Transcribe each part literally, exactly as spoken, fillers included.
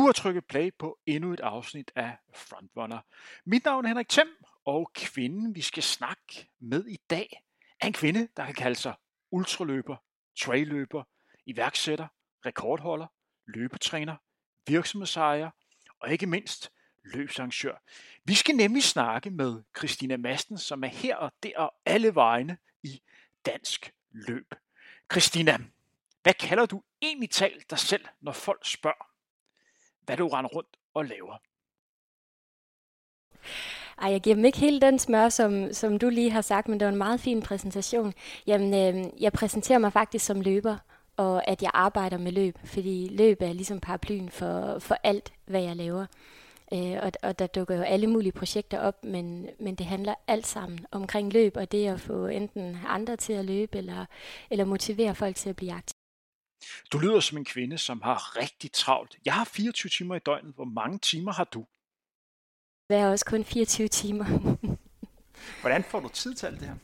har trykket play på endnu et afsnit af Frontrunner. Mit navn er Henrik Thiem, og kvinden vi skal snakke med i dag er en kvinde, der kan kalde sig ultraløber, trailløber, iværksætter, rekordholder, løbetræner, virksomhedsejer og ikke mindst løbsarrangør. Vi skal nemlig snakke med Christina Madsen, som er her og der og alle vegne i dansk løb. Christina, hvad kalder du egentlig talt dig selv, når folk spørger, hvad du render rundt og laver? Ej, jeg giver dem ikke helt den smør, som, som du lige har sagt, men det var en meget fin præsentation. Jamen, øh, jeg præsenterer mig faktisk som løber, og at jeg arbejder med løb, fordi løb er ligesom paraplyen for, for alt, hvad jeg laver. Øh, og, og der dukker jo alle mulige projekter op, men, men det handler alt sammen omkring løb, og det at få enten andre til at løbe, eller, eller motivere folk til at blive aktive. Du lyder som en kvinde, som har rigtig travlt. Jeg har fireogtyve timer i døgnet. Hvor mange timer har du? Det er også kun fireogtyve timer. Hvordan får du tid til alt det her?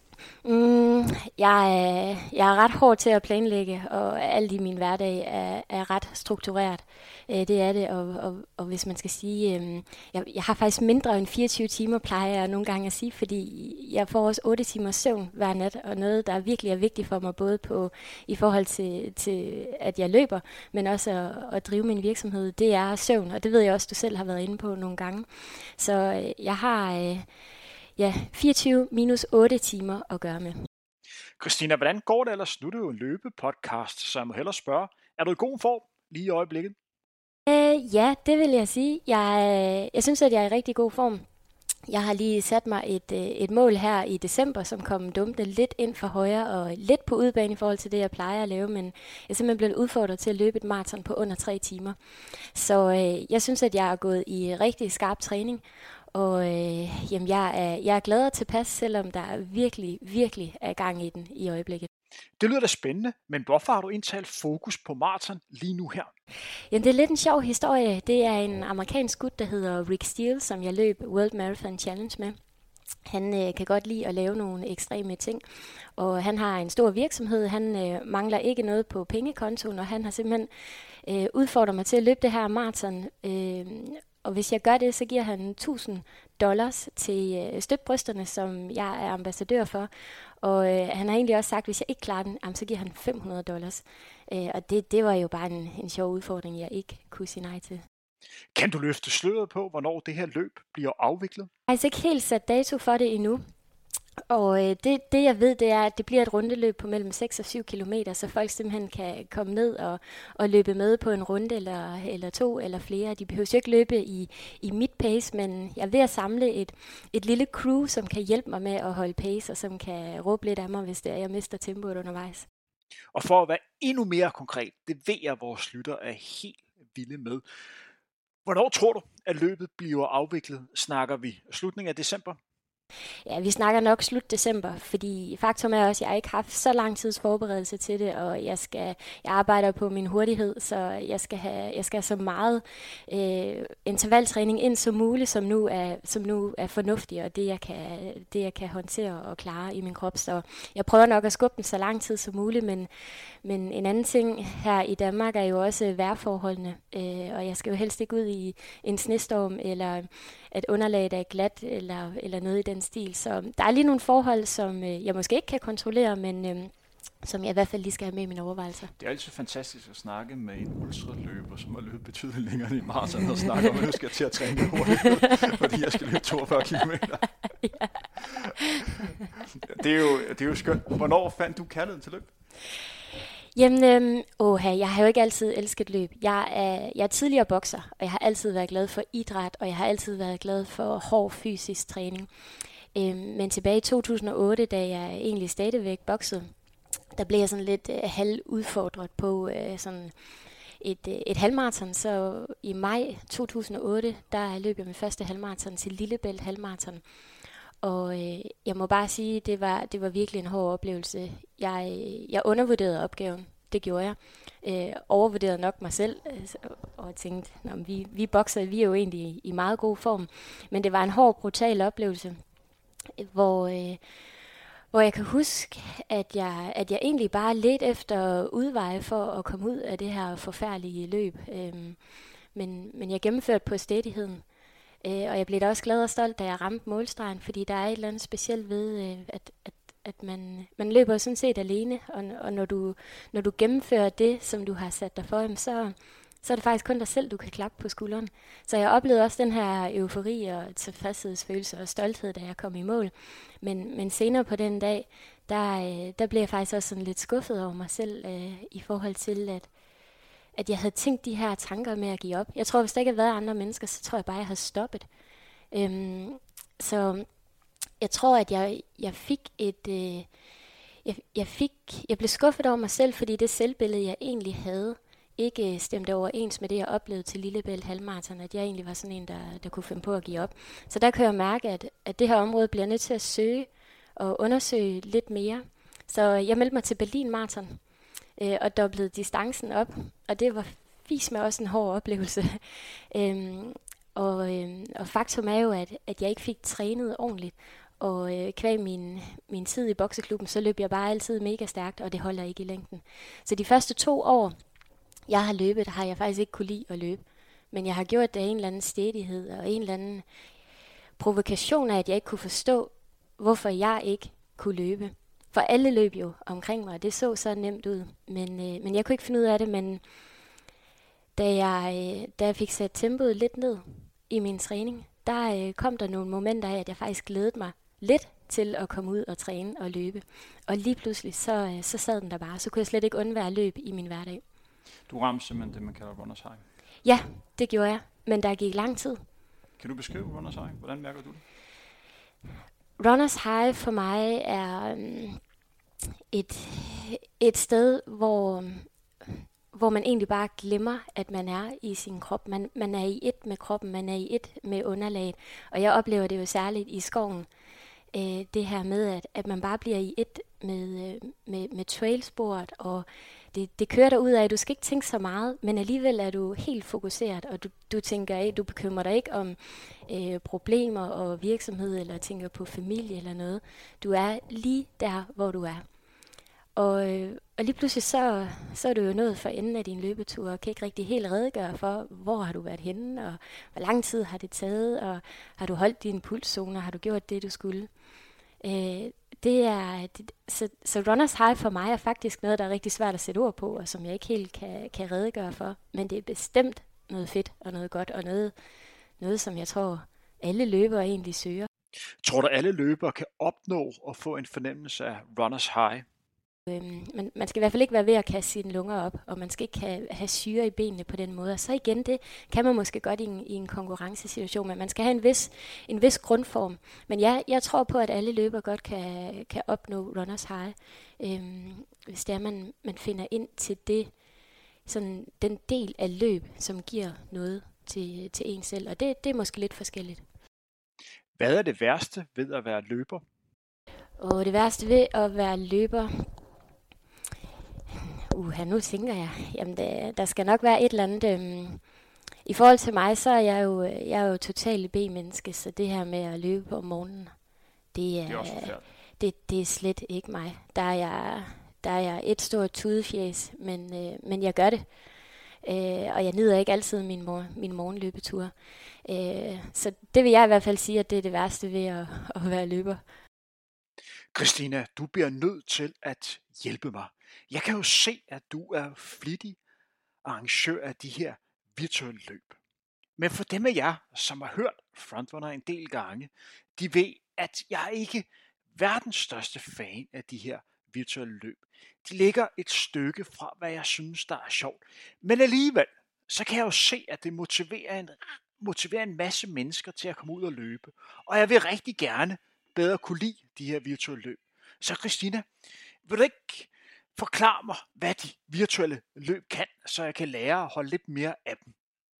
Mm, jeg, er, jeg er ret hård til at planlægge, og alt i min hverdag er, er ret struktureret. Det er det, og, og, og hvis man skal sige, øh, jeg, jeg har faktisk mindre end fireogtyve timer, plejer jeg nogle gange at sige, fordi jeg får også otte timers søvn hver nat, og noget, der virkelig er vigtigt for mig, både på i forhold til, til at jeg løber, men også at, at drive min virksomhed, det er søvn, og det ved jeg også, du selv har været inde på nogle gange. Så øh, jeg har... Øh, Ja, fireogtyve minus otte timer at gøre med. Christina, hvordan går det ellers? Nu er det jo en løbepodcast, så jeg må hellere spørge. Er du i god form lige i øjeblikket? Øh, ja, det vil jeg sige. Jeg, jeg synes, at jeg er i rigtig god form. Jeg har lige sat mig et, et mål her i december, som kom dumpende lidt ind for højre og lidt på udebane i forhold til det, jeg plejer at lave, men jeg er simpelthen blevet udfordret til at løbe et maraton på under tre timer. Så øh, jeg synes, at jeg er gået i rigtig skarp træning. Og øh, jamen, jeg, er, jeg er glad og tilpas, selvom der virkelig, virkelig er gang i den i øjeblikket. Det lyder da spændende, men hvorfor har du indtalt fokus på maraton lige nu her? Jamen, det er lidt en sjov historie. Det er en amerikansk gut, der hedder Rick Steele, som jeg løb World Marathon Challenge med. Han øh, kan godt lide at lave nogle ekstreme ting, og han har en stor virksomhed. Han øh, mangler ikke noget på pengekontoen, og han har simpelthen øh, udfordret mig til at løbe det her maraton. Øh, Og hvis jeg gør det, så giver han tusind dollars til øh, støtbrysterne, som jeg er ambassadør for. Og øh, han har egentlig også sagt, at hvis jeg ikke klarer den, jamen, så giver han fem hundrede dollars. Øh, og det, det var jo bare en, en sjov udfordring, jeg ikke kunne sige nej til. Kan du løfte sløret på, hvornår det her løb bliver afviklet? Jeg har altså ikke helt sat dato for det endnu. Og øh, det, det jeg ved, det er, at det bliver et rundeløb på mellem seks og syv kilometer, så folk simpelthen kan komme ned og, og løbe med på en runde eller, eller to eller flere. De behøver jo ikke løbe i, i mit pace, men jeg er ved at samle et, et lille crew, som kan hjælpe mig med at holde pace, og som kan råbe lidt af mig, hvis det er, jeg mister tempoet undervejs. Og for at være endnu mere konkret, det ved jeg, at vores lytter er helt vilde med. Hvornår tror du, at løbet bliver afviklet? Snakker vi slutningen af december? Ja, vi snakker nok slut december, fordi faktum er også, at jeg ikke har haft så lang tids forberedelse til det, og jeg skal jeg arbejder på min hurtighed, så jeg skal have jeg skal have så meget øh, intervaltræning ind som muligt, som nu er som nu er fornuftigt, og det jeg kan det jeg kan håndtere og klare i min krop. Så jeg prøver nok at skubbe den så lang tid som muligt, men men en anden ting her i Danmark er jo også vejrforholdene, øh, og jeg skal jo helst ikke ud i en snestorm eller at underlaget er glat eller eller noget i den stil. Så der er lige nogle forhold, som øh, jeg måske ikke kan kontrollere, men øh, som jeg i hvert fald lige skal have med i mine overvejelser. Det er altid fantastisk at snakke med en ultraløber, som har løbet betydeligt længere end i maraton, og snakke om, at jeg skal til at træne hurtigt, fordi jeg skal løbe toogfyrre kilometer. Ja. Det er jo, det er jo skønt. Hvornår fandt du kærligheden til løb? Jamen, øhm, åha, jeg har jo ikke altid elsket løb. Jeg er, jeg er tidligere bokser, og jeg har altid været glad for idræt, og jeg har altid været glad for hård fysisk træning. Øhm, men tilbage i to tusind og otte, da jeg egentlig stadigvæk boksede, der blev jeg sådan lidt øh, halvudfordret på øh, sådan et, øh, et halvmarathon. Så i maj to tusind og otte, der løb jeg min første halvmarathon til Lillebælt halvmarathon. Og øh, jeg må bare sige, det var det var virkelig en hård oplevelse. Jeg jeg undervurderede opgaven, det gjorde jeg. Øh, overvurderede nok mig selv øh, og tænkte, nå, vi vi bokser, vi er jo egentlig i, i meget god form, men det var en hård, brutal oplevelse, hvor øh, hvor jeg kan huske, at jeg at jeg egentlig bare ledte efter udveje for at komme ud af det her forfærdelige løb. Øh, men, men jeg gennemførte på stædigheden. Øh, og jeg blev da også glad og stolt, da jeg ramte målstregen, fordi der er et eller andet specielt ved, øh, at, at, at man, man løber sådan set alene, og, og når, du, når du gennemfører det, som du har sat dig for, så, så er det faktisk kun dig selv, du kan klappe på skulderen. Så jeg oplevede også den her eufori og tilfredshedsfølelse og stolthed, da jeg kom i mål. Men, men senere på den dag, der, der blev jeg faktisk også sådan lidt skuffet over mig selv, øh, i forhold til, at at jeg havde tænkt de her tanker med at give op. Jeg tror, hvis der ikke havde været andre mennesker, så tror jeg bare, jeg havde stoppet. Øhm, så jeg tror, at jeg, jeg fik et... Øh, jeg, jeg, fik, jeg blev skuffet over mig selv, fordi det selvbillede, jeg egentlig havde, ikke stemte overens med det, jeg oplevede til Lillebælt halvmarathon, at jeg egentlig var sådan en, der, der kunne finde på at give op. Så der kan jeg mærke, at, at det her område bliver nødt til at søge og undersøge lidt mere. Så jeg meldte mig til Berlin Marathon øh, og doblede distancen op, og det var fisk med også en hård oplevelse. øhm, og, øhm, og faktum er jo, at, at jeg ikke fik trænet ordentligt, og øh, kvæg min, min tid i bokseklubben, så løb jeg bare altid mega stærkt, og det holder ikke i længden. Så de første to år, jeg har løbet, har jeg faktisk ikke kunne lide at løbe. Men jeg har gjort det af en eller anden stædighed, og en eller anden provokation af, at jeg ikke kunne forstå, hvorfor jeg ikke kunne løbe. For alle løb jo omkring mig, og det så så nemt ud. Men, øh, men jeg kunne ikke finde ud af det, men da jeg, øh, da jeg fik sat tempoet lidt ned i min træning, der øh, kom der nogle momenter af, at jeg faktisk glædede mig lidt til at komme ud og træne og løbe. Og lige pludselig, så, øh, så sad den der bare. Så kunne jeg slet ikke undvære løb i min hverdag. Du ramte simpelthen det, man kalder runners high. Ja, det gjorde jeg, men der gik lang tid. Kan du beskrive runners high? Hvordan mærker du det? Runners high for mig er um, et, et sted, hvor, hvor man egentlig bare glemmer, at man er i sin krop. Man, man er i et med kroppen, man er i et med underlaget. Og jeg oplever det jo særligt i skoven. Øh, det her med, at, at man bare bliver i et med, med, med trailsporet, og det, det kører dig ud af, at du skal ikke tænke så meget, men alligevel er du helt fokuseret, og du, du tænker ikke, du bekymrer dig ikke om øh, problemer og virksomhed, eller tænker på familie eller noget. Du er lige der, hvor du er. Og, øh, og lige pludselig så, så er du jo nået for enden af din løbetur, og kan ikke rigtig helt redegøre for, hvor har du været henne, og hvor lang tid har det taget, og har du holdt dine pulszoner, har du gjort det, du skulle. Øh, det er, det, så, så runners high for mig er faktisk noget, der er rigtig svært at sætte ord på, og som jeg ikke helt kan, kan redegøre for. Men det er bestemt noget fedt og noget godt, og noget, noget som jeg tror, alle løbere egentlig søger. Tror du, alle løbere kan opnå at få en fornemmelse af runners high? Øhm, man, man skal i hvert fald ikke være ved at kaste sine lunger op, og man skal ikke have, have syre i benene på den måde. Og så igen, det kan man måske godt i en, i en konkurrencesituation, men man skal have en vis, en vis grundform. Men ja, jeg tror på, at alle løbere godt kan, kan opnå runners high, øhm, hvis det er, man, man finder ind til det, sådan den del af løb, som giver noget til, til en selv. Og det, det er måske lidt forskelligt. Hvad er det værste ved at være løber? Og det værste ved at være løber... Uha, nu tænker jeg, jamen der, der skal nok være et eller andet. Øhm, I forhold til mig, så er jeg jo, jeg er jo totalt B-menneske, så det her med at løbe om morgenen, det er, det er, også det, det er slet ikke mig. Der er jeg, der er jeg et stort tudefjæs, men, øh, men jeg gør det. Øh, og jeg nyder ikke altid min, mor, min morgenløbetur. Øh, så det vil jeg i hvert fald sige, at det er det værste ved at, at være løber. Christina, du bliver nødt til at hjælpe mig. Jeg kan jo se, at du er flittig arrangør af de her virtuelle løb. Men for dem af jer, som har hørt Frontrunner en del gange, de ved, at jeg ikke er verdens største fan af de her virtuelle løb. De ligger et stykke fra, hvad jeg synes, der er sjovt. Men alligevel, så kan jeg jo se, at det motiverer en, motiverer en masse mennesker til at komme ud og løbe. Og jeg vil rigtig gerne bedre kunne lide de her virtuelle løb. Så Christina, vil du ikke forklare mig, hvad de virtuelle løb kan, så jeg kan lære at holde lidt mere af dem?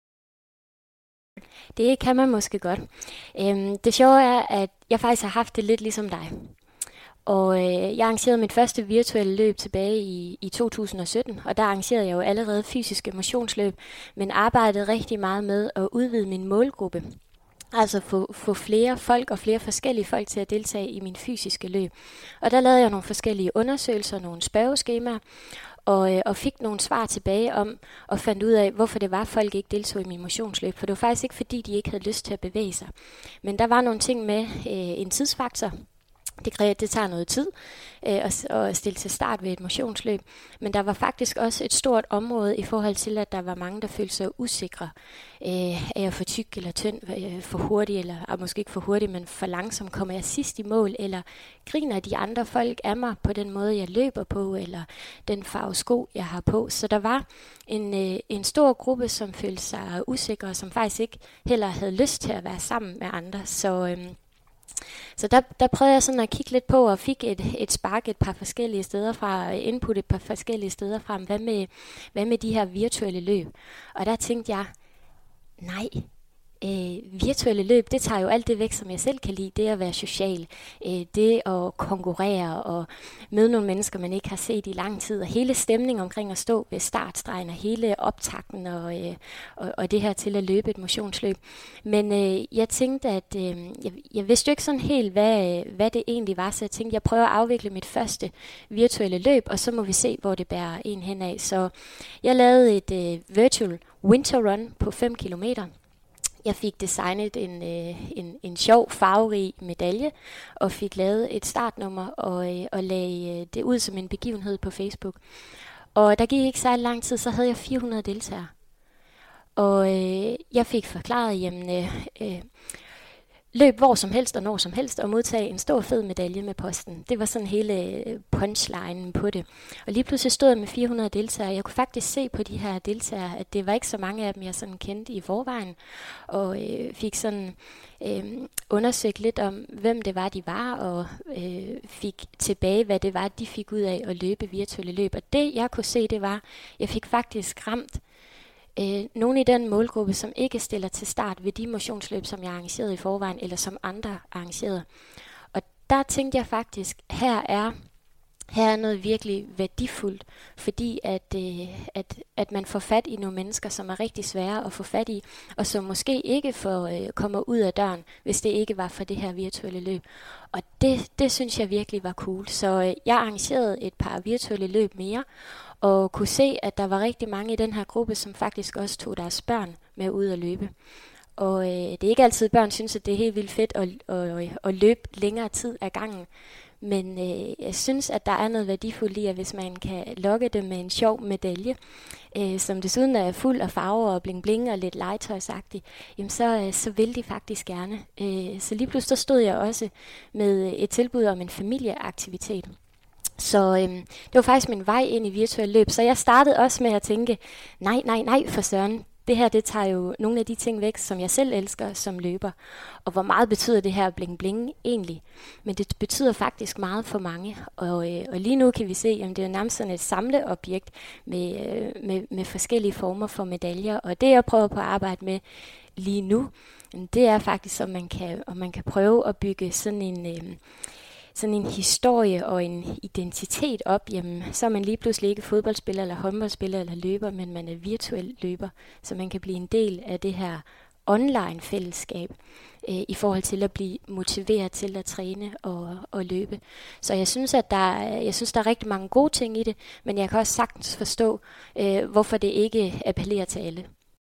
Det kan man måske godt. Øhm, det sjove er, at jeg faktisk har haft det lidt ligesom dig. Og øh, jeg arrangerede mit første virtuelle løb tilbage i, i to tusind og sytten, og der arrangerede jeg jo allerede fysiske motionsløb, men arbejdede rigtig meget med at udvide min målgruppe. Altså få, få flere folk og flere forskellige folk til at deltage i min fysiske løb. Og der lavede jeg nogle forskellige undersøgelser, nogle spørgeskemaer, og, øh, og fik nogle svar tilbage om, og fandt ud af, hvorfor det var, at folk ikke deltog i min motionsløb. For det var faktisk ikke, fordi de ikke havde lyst til at bevæge sig. Men der var nogle ting med øh, en tidsfaktor. Det, det tager noget tid øh, at, at stille til start ved et motionsløb, men der var faktisk også et stort område i forhold til, at der var mange, der følte sig usikre øh, af at få tyk eller tynd, øh, for hurtigt, eller ah, måske ikke for hurtigt, men for langsomt. Kommer jeg sidst i mål, eller griner de andre folk af mig på den måde, jeg løber på, eller den farve sko, jeg har på. Så der var en, øh, en stor gruppe, som følte sig usikre, og som faktisk ikke heller havde lyst til at være sammen med andre. Så øh, Så der, der prøvede jeg sådan at kigge lidt på og fik et, et spark et par forskellige steder fra, input et par forskellige steder fra, hvad med, hvad med de her virtuelle løb? Og der tænkte jeg, nej, øh, virtuelle løb, det tager jo alt det væk, som jeg selv kan lide. Det at være social, øh, det at konkurrere og møde nogle mennesker, man ikke har set i lang tid. Og hele stemningen omkring at stå ved startstregen og hele optakten og, øh, og, og det her til at løbe et motionsløb. Men øh, jeg tænkte, at øh, jeg, jeg vidste jo ikke sådan helt, hvad, hvad det egentlig var. Så jeg tænkte, jeg prøver at afvikle mit første virtuelle løb, og så må vi se, hvor det bærer en henad. Så jeg lavede et øh, virtual winter run på fem kilometer. Jeg fik designet en, øh, en, en sjov, farverig medalje, og fik lavet et startnummer, og, øh, og lagde øh, det ud som en begivenhed på Facebook. Og der gik ikke særlig lang tid, så havde jeg fire hundrede deltagere. Og øh, jeg fik forklaret, jamen, øh, øh, løb hvor som helst og når som helst, og modtage en stor fed medalje med posten. Det var sådan hele punchlinen på det. Og lige pludselig stod jeg med fire hundrede deltagere. Jeg kunne faktisk se på de her deltagere, at det var ikke så mange af dem, jeg sådan kendte i forvejen. Og øh, fik sådan øh, undersøgt lidt om, hvem det var, de var, og øh, fik tilbage, hvad det var, de fik ud af at løbe virtuelle løb. Og det, jeg kunne se, det var, jeg fik faktisk ramt Øh, nogle i den målgruppe, som ikke stiller til start ved de motionsløb, som jeg arrangerede i forvejen, eller som andre arrangerede. Og der tænkte jeg faktisk, her er, her er noget virkelig værdifuldt, fordi at, øh, at, at man får fat i nogle mennesker, som er rigtig svære at få fat i, og som måske ikke får, øh, kommer ud af døren, hvis det ikke var for det her virtuelle løb. Og det, det synes jeg virkelig var cool. Så øh, jeg arrangerede et par virtuelle løb mere, og kunne se, at der var rigtig mange i den her gruppe, som faktisk også tog deres børn med ud at løbe. Og øh, det er ikke altid, børn synes, at det er helt vildt fedt at, at, at løbe længere tid ad gangen. Men øh, jeg synes, at der er noget værdifuldt i, at hvis man kan lokke det med en sjov medalje, øh, som desuden er fuld af farver og bling bling og lidt legetøjsagtig, jamen så, øh, så vil de faktisk gerne. Øh, så lige pludselig stod jeg også med et tilbud om en familieaktivitet. Så øhm, det var faktisk min vej ind i virtuel løb. Så jeg startede også med at tænke, nej, nej, nej for søren. Det her, det tager jo nogle af de ting væk, som jeg selv elsker som løber. Og hvor meget betyder det her bling bling egentlig? Men det betyder faktisk meget for mange. Og, øh, og lige nu kan vi se, at det er nærmest sådan et samleobjekt med, øh, med, med forskellige former for medaljer. Og det jeg prøver på at arbejde med lige nu, det er faktisk, om man kan, om man kan prøve at bygge sådan en... Øh, sådan en historie og en identitet op, jamen, så er man lige pludselig ikke fodboldspiller eller håndboldspiller eller løber, men man er virtuel løber, så man kan blive en del af det her online fællesskab øh, i forhold til at blive motiveret til at træne og, og løbe. Så jeg synes, at der, jeg synes, der er rigtig mange gode ting i det, men jeg kan også sagtens forstå, øh, hvorfor det ikke appellerer til alle.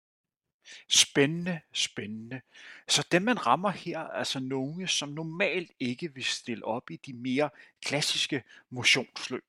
Spændende, spændende. Så dem man rammer her, er altså nogle, som normalt ikke vil stille op i de mere klassiske motionsløb.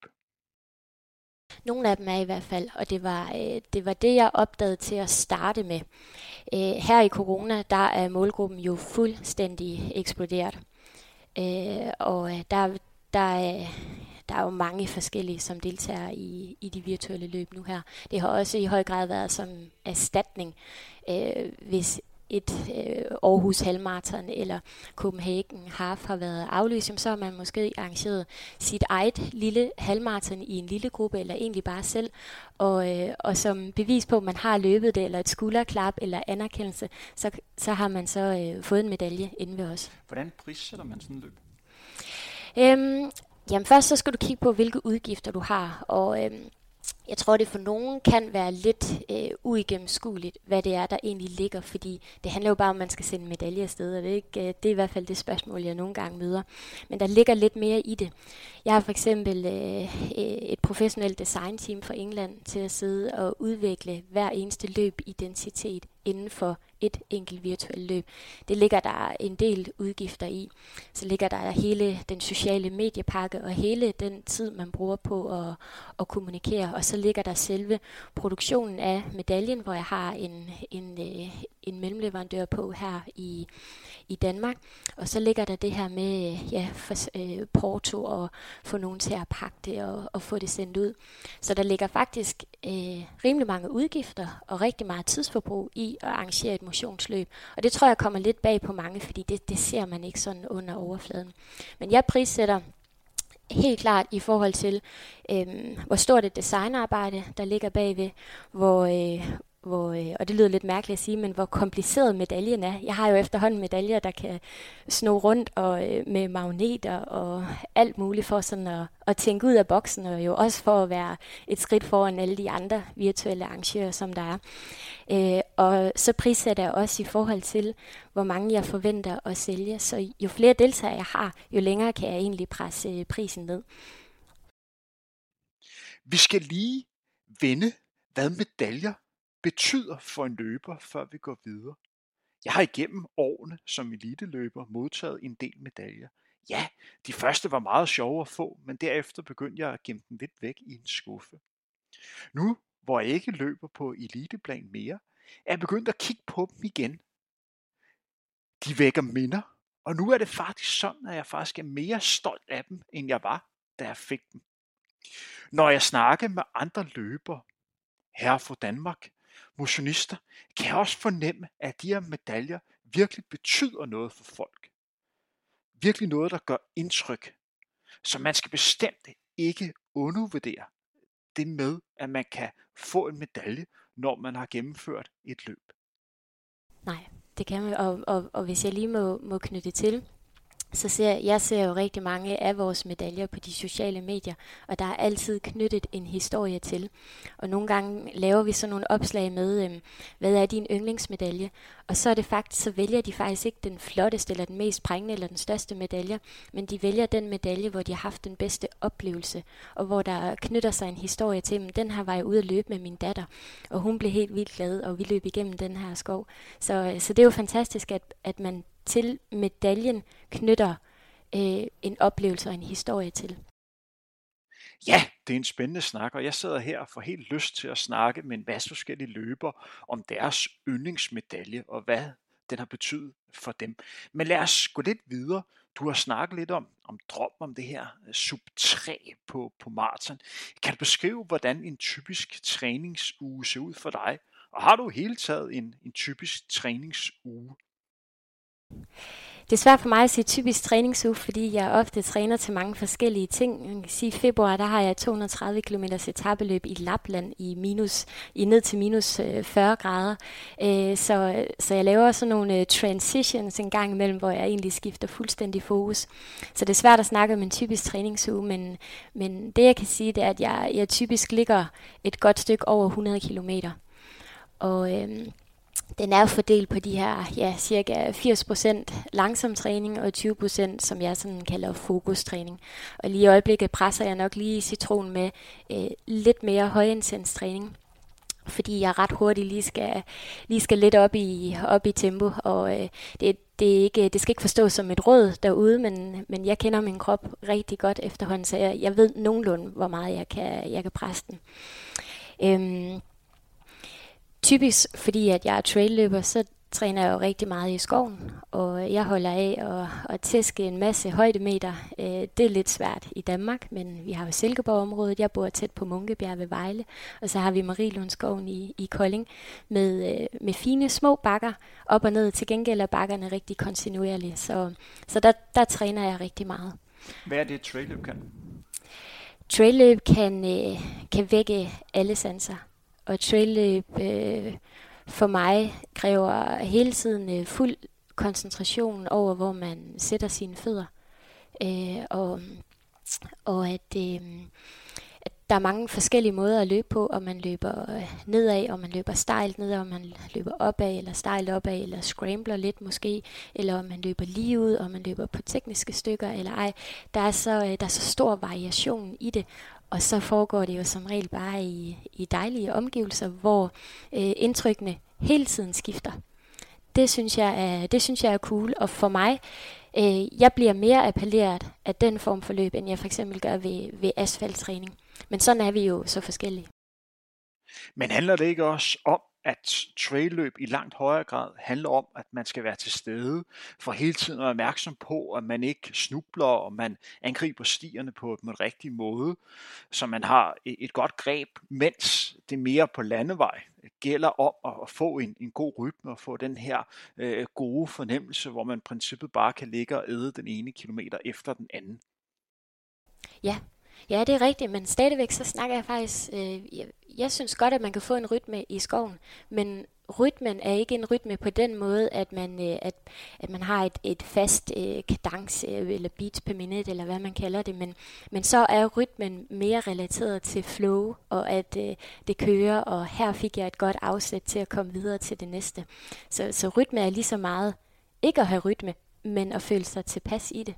Nogle af dem er i hvert fald, og det var, øh, det var det, jeg opdagede til at starte med. Øh, her i corona, der er målgruppen jo fuldstændig eksploderet. Øh, og der, der, er, der er jo mange forskellige, som deltager i, i de virtuelle løb nu her. Det har også i høj grad været som erstatning, øh, hvis et øh, Aarhus Halvmarathon eller Copenhagen Half har været aflyst, så har man måske arrangeret sit eget lille halvmarathon i en lille gruppe, eller egentlig bare selv, og, øh, og som bevis på, at man har løbet det, eller et skulderklap, eller anerkendelse, så, så har man så øh, fået en medalje inde ved os. Hvordan prissætter man sådan en løb? Øhm, jamen først så skal du kigge på, hvilke udgifter du har, og øhm, Jeg tror, det for nogen kan være lidt øh, uigennemskueligt, hvad det er, der egentlig ligger, fordi det handler jo bare om, at man skal sende medaljer afsted, og det er, ikke, øh, det er i hvert fald det spørgsmål, jeg nogle gange møder. Men der ligger lidt mere i det. Jeg har for eksempel øh, et professionelt designteam fra England til at sidde og udvikle hver eneste løbidentitet inden for et enkelt virtuelt løb. Det ligger der en del udgifter i. Så ligger der hele den sociale mediepakke og hele den tid, man bruger på at, at kommunikere. Og så ligger der selve produktionen af medaljen, hvor jeg har en, en, en mellemleverandør på her i, i Danmark. Og så ligger der det her med ja, for, øh, porto og få nogen til at pakke det og, og få det sendt ud. Så der ligger faktisk øh, rimelig mange udgifter og rigtig meget tidsforbrug i at arrangere et motionsløb. Og det tror jeg kommer lidt bag på mange, fordi det, det ser man ikke sådan under overfladen. Men jeg prissætter helt klart i forhold til, øh, hvor stort et designarbejde, der ligger bagved, hvor... Øh, Hvor, øh, og det lyder lidt mærkeligt at sige, men hvor kompliceret medaljen er. Jeg har jo efterhånden medaljer, der kan sno rundt og øh, med magneter og alt muligt for sådan at, at tænke ud af boksen, og jo også for at være et skridt foran alle de andre virtuelle arrangører, som der er. Øh, og så prissætter jeg også i forhold til, hvor mange jeg forventer at sælge. Så jo flere deltagere jeg har, jo længere kan jeg egentlig presse prisen ned. Vi skal lige vende, hvad medaljer betyder for en løber, før vi går videre. Jeg har igennem årene som eliteløber modtaget en del medaljer. Ja, de første var meget sjove at få, men derefter begyndte jeg at gemme dem lidt væk i en skuffe. Nu, hvor jeg ikke løber på eliteplan mere, er jeg begyndt at kigge på dem igen. De vækker minder, og nu er det faktisk sådan, at jeg faktisk er mere stolt af dem, end jeg var, da jeg fik dem. Når jeg snakker med andre løbere, her fra Danmark, motionister, kan jeg også fornemme, at de her medaljer virkelig betyder noget for folk. Virkelig noget, der gør indtryk. Så man skal bestemt ikke undervurdere det med, at man kan få en medalje, når man har gennemført et løb. Nej, det kan man, og, og, og hvis jeg lige må, må knytte til, så ser jeg ser jo rigtig mange af vores medaljer på de sociale medier, og der er altid knyttet en historie til. Og nogle gange laver vi sådan nogle opslag med, øhm, hvad er din yndlingsmedalje? Og så er det faktisk, så vælger de faktisk ikke den flotteste, eller den mest prængende, eller den største medalje, men de vælger den medalje, hvor de har haft den bedste oplevelse, og hvor der knytter sig en historie til dem. Den her var jeg ude at løbe med min datter, og hun blev helt vildt glad, og vi løb igennem den her skov. Så, så det er jo fantastisk, at, at man til medaljen knytter øh, en oplevelse og en historie til. Ja, det er en spændende snak, og jeg sidder her og får helt lyst til at snakke med en masse forskellige løbere om deres yndlingsmedalje og hvad den har betydet for dem. Men lad os gå lidt videre. Du har snakket lidt om, om drøm om det her sub tre på, på maraton. Kan du beskrive, hvordan en typisk træningsuge ser ud for dig? Og har du hele taget en, en typisk træningsuge? Det er svært for mig at sige typisk træningsuge, fordi jeg ofte træner til mange forskellige ting. Man kan sige, i februar der har jeg to hundrede og tredive kilometer etapeløb i Lapland i minus i ned til minus fyrre grader. Så, så jeg laver sådan nogle transitions en gang imellem, hvor jeg egentlig skifter fuldstændig fokus. Så det er svært at snakke om en typisk træningsuge, men, men det jeg kan sige, det er, at jeg, jeg typisk ligger et godt stykke over hundrede kilometer. Og øhm, den er fordelt på de her ja, cirka firs procent langsom træning og tyve procent, som jeg sådan kalder fokustræning. Og lige i øjeblikket presser jeg nok lige citron med øh, lidt mere højintens træning, fordi jeg ret hurtigt lige skal, lige skal lidt op i, op i tempo. Og øh, det, det, er ikke, det skal ikke forstås som et råd derude, men, men jeg kender min krop rigtig godt efterhånden, så jeg, jeg ved nogenlunde, hvor meget jeg kan, jeg kan presse den. Øhm, Typisk fordi, at jeg er trailløber, så træner jeg jo rigtig meget i skoven, og jeg holder af at, at tæske en masse højdemeter. Det er lidt svært i Danmark, men vi har jo Silkeborg-området. Jeg bor tæt på Munkebjerg ved Vejle, og så har vi Marielundskoven i, i Kolding med, med fine små bakker op og ned. Til gengæld er bakkerne rigtig kontinuerlige, så, så der, der træner jeg rigtig meget. Hvad er det, trailløb kan? Trailløb kan, kan vække alle sanser. Og trailløb øh, for mig kræver hele tiden øh, fuld koncentration over, hvor man sætter sine fødder. Øh, og og at, øh, at der er mange forskellige måder at løbe på, om man løber øh, nedad, om man løber stejlt nedad, om man løber opad, eller stejlt opad, eller scrambler lidt måske, eller om man løber lige ud, om man løber på tekniske stykker, eller ej. Der er så, øh, der er så stor variation i det, og så foregår det jo som regel bare i, i dejlige omgivelser, hvor øh, indtrykkene hele tiden skifter. Det synes jeg er, det synes jeg er cool, og for mig, øh, jeg bliver mere appelleret af den form for løb, end jeg for eksempel gør ved, ved asfalttræning. Men sådan er vi jo så forskellige. Men handler det ikke også om, at trailløb i langt højere grad handler om, at man skal være til stede, for hele tiden at være opmærksom på, at man ikke snubler, og man angriber stierne på den rigtige måde, så man har et godt greb, mens det mere på landevej gælder om at få en, en god rytme og få den her øh, gode fornemmelse, hvor man i princippet bare kan ligge og æde den ene kilometer efter den anden. Ja, ja, det er rigtigt, men stadigvæk så snakker jeg faktisk, øh, jeg, jeg synes godt, at man kan få en rytme i skoven, men rytmen er ikke en rytme på den måde, at man, øh, at, at man har et, et fast øh, kadence øh, eller beats per minute, eller hvad man kalder det, men, men så er rytmen mere relateret til flow, og at øh, det kører, og her fik jeg et godt afsæt til at komme videre til det næste. Så, så rytme er lige så meget ikke at have rytme, men at føle sig tilpas i det.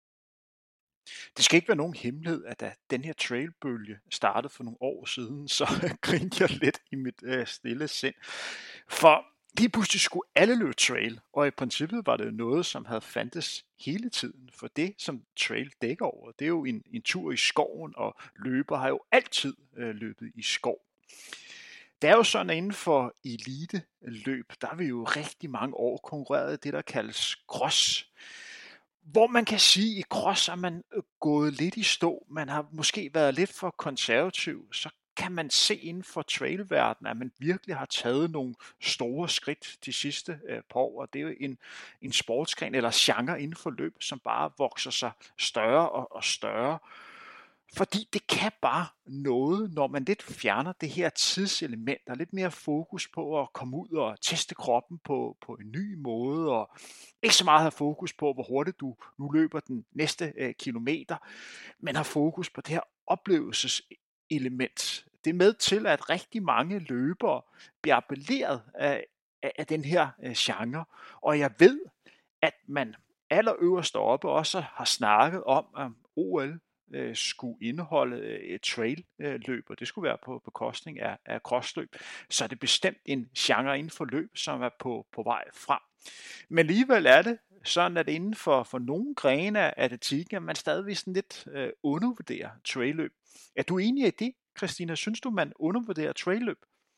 Det skal ikke være nogen hemmelighed, at da den her trailbølge startede for nogle år siden, så grinte jeg lidt i mit øh, stille sind. For lige pludselig skulle alle løbe trail, og i princippet var det noget, som havde fandtes hele tiden. For det, som trail dækker over, det er jo en, en tur i skoven, og løber har jo altid øh, løbet i skov. Det er jo sådan, at inden for elite-løb, der har vi jo rigtig mange år konkurreret i det, der kaldes cross. Hvor man kan sige, at i cross er man gået lidt i stå. Man har måske været lidt for konservativ. Så kan man se inden for trailverdenen, at man virkelig har taget nogle store skridt de sidste øh, par år. Og det er jo en, en sportsgren eller genre inden for løb, som bare vokser sig større og, og større. Fordi det kan bare noget, når man lidt fjerner det her tidselement, der er lidt mere fokus på at komme ud og teste kroppen på, på en ny måde, og ikke så meget have fokus på, hvor hurtigt du nu løber den næste øh, kilometer, men har fokus på det her oplevelseselement. Det er med til, at rigtig mange løbere bliver appelleret af, af, af den her øh, genre, og jeg ved, at man allerøverst oppe også har snakket om, at O L skulle indeholde et trail-løb, og det skulle være på bekostning af, af crossløb. Så er det bestemt en genre inden for løb, som er på, på vej frem. Men alligevel er det sådan, at inden for, for nogle grene af atletikken, at man stadigvæk sådan lidt øh, undervurderer trail-løb. Er du enig i det, Christina? Synes du, man undervurderer trail-løb?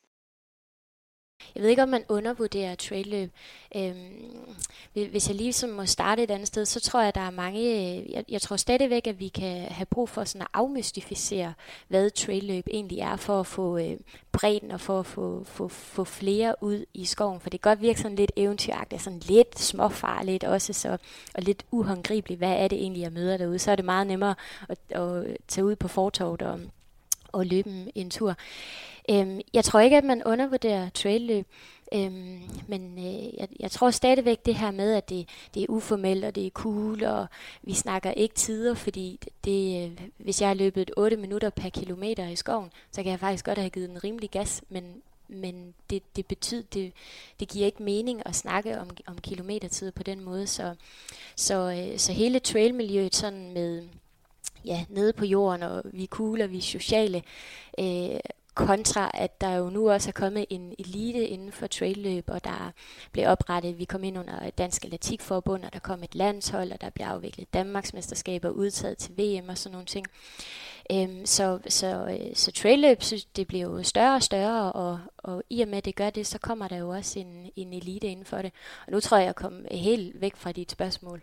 Jeg ved ikke, om man undervurderer trailløb. Øhm, hvis jeg lige må starte et andet sted, så tror jeg, at der er mange... Jeg, jeg tror stadigvæk, at vi kan have brug for sådan at afmystificere, hvad trailløb egentlig er, for at få øh, bredden og for at få, få, få flere ud i skoven. For det kan godt virke sådan lidt eventyragtigt, sådan lidt småfarligt også, så, og lidt uhåndgribeligt. Hvad er det egentlig, jeg møder derude? Så er det meget nemmere at, at tage ud på fortovet og, og løbe en tur. Øhm, jeg tror ikke, at man undervurderer trailløb, øhm, men øh, jeg, jeg tror stadigvæk det her med, at det, det er uformelt, og det er cool, og vi snakker ikke tider, fordi det, øh, hvis jeg har løbet otte minutter per kilometer i skoven, så kan jeg faktisk godt have givet en rimelig gas, men, men det, det betyder, det, det giver ikke mening at snakke om, om kilometertider på den måde, så, så, øh, så hele trailmiljøet sådan med, ja, nede på jorden, og vi er cool, og vi er sociale, øh, kontra at der jo nu også er kommet en elite inden for trailløb, og der blev oprettet, vi kom ind under Dansk Atletikforbund, og der kom et landshold, og der blev afviklet Danmarksmesterskaber, udtaget til V M og sådan nogle ting. Øhm, så så, så trailløb, det bliver jo større og større, og, og i og med det gør det, så kommer der jo også en, en elite inden for det. Og nu tror jeg, jeg kom helt væk fra dit spørgsmål.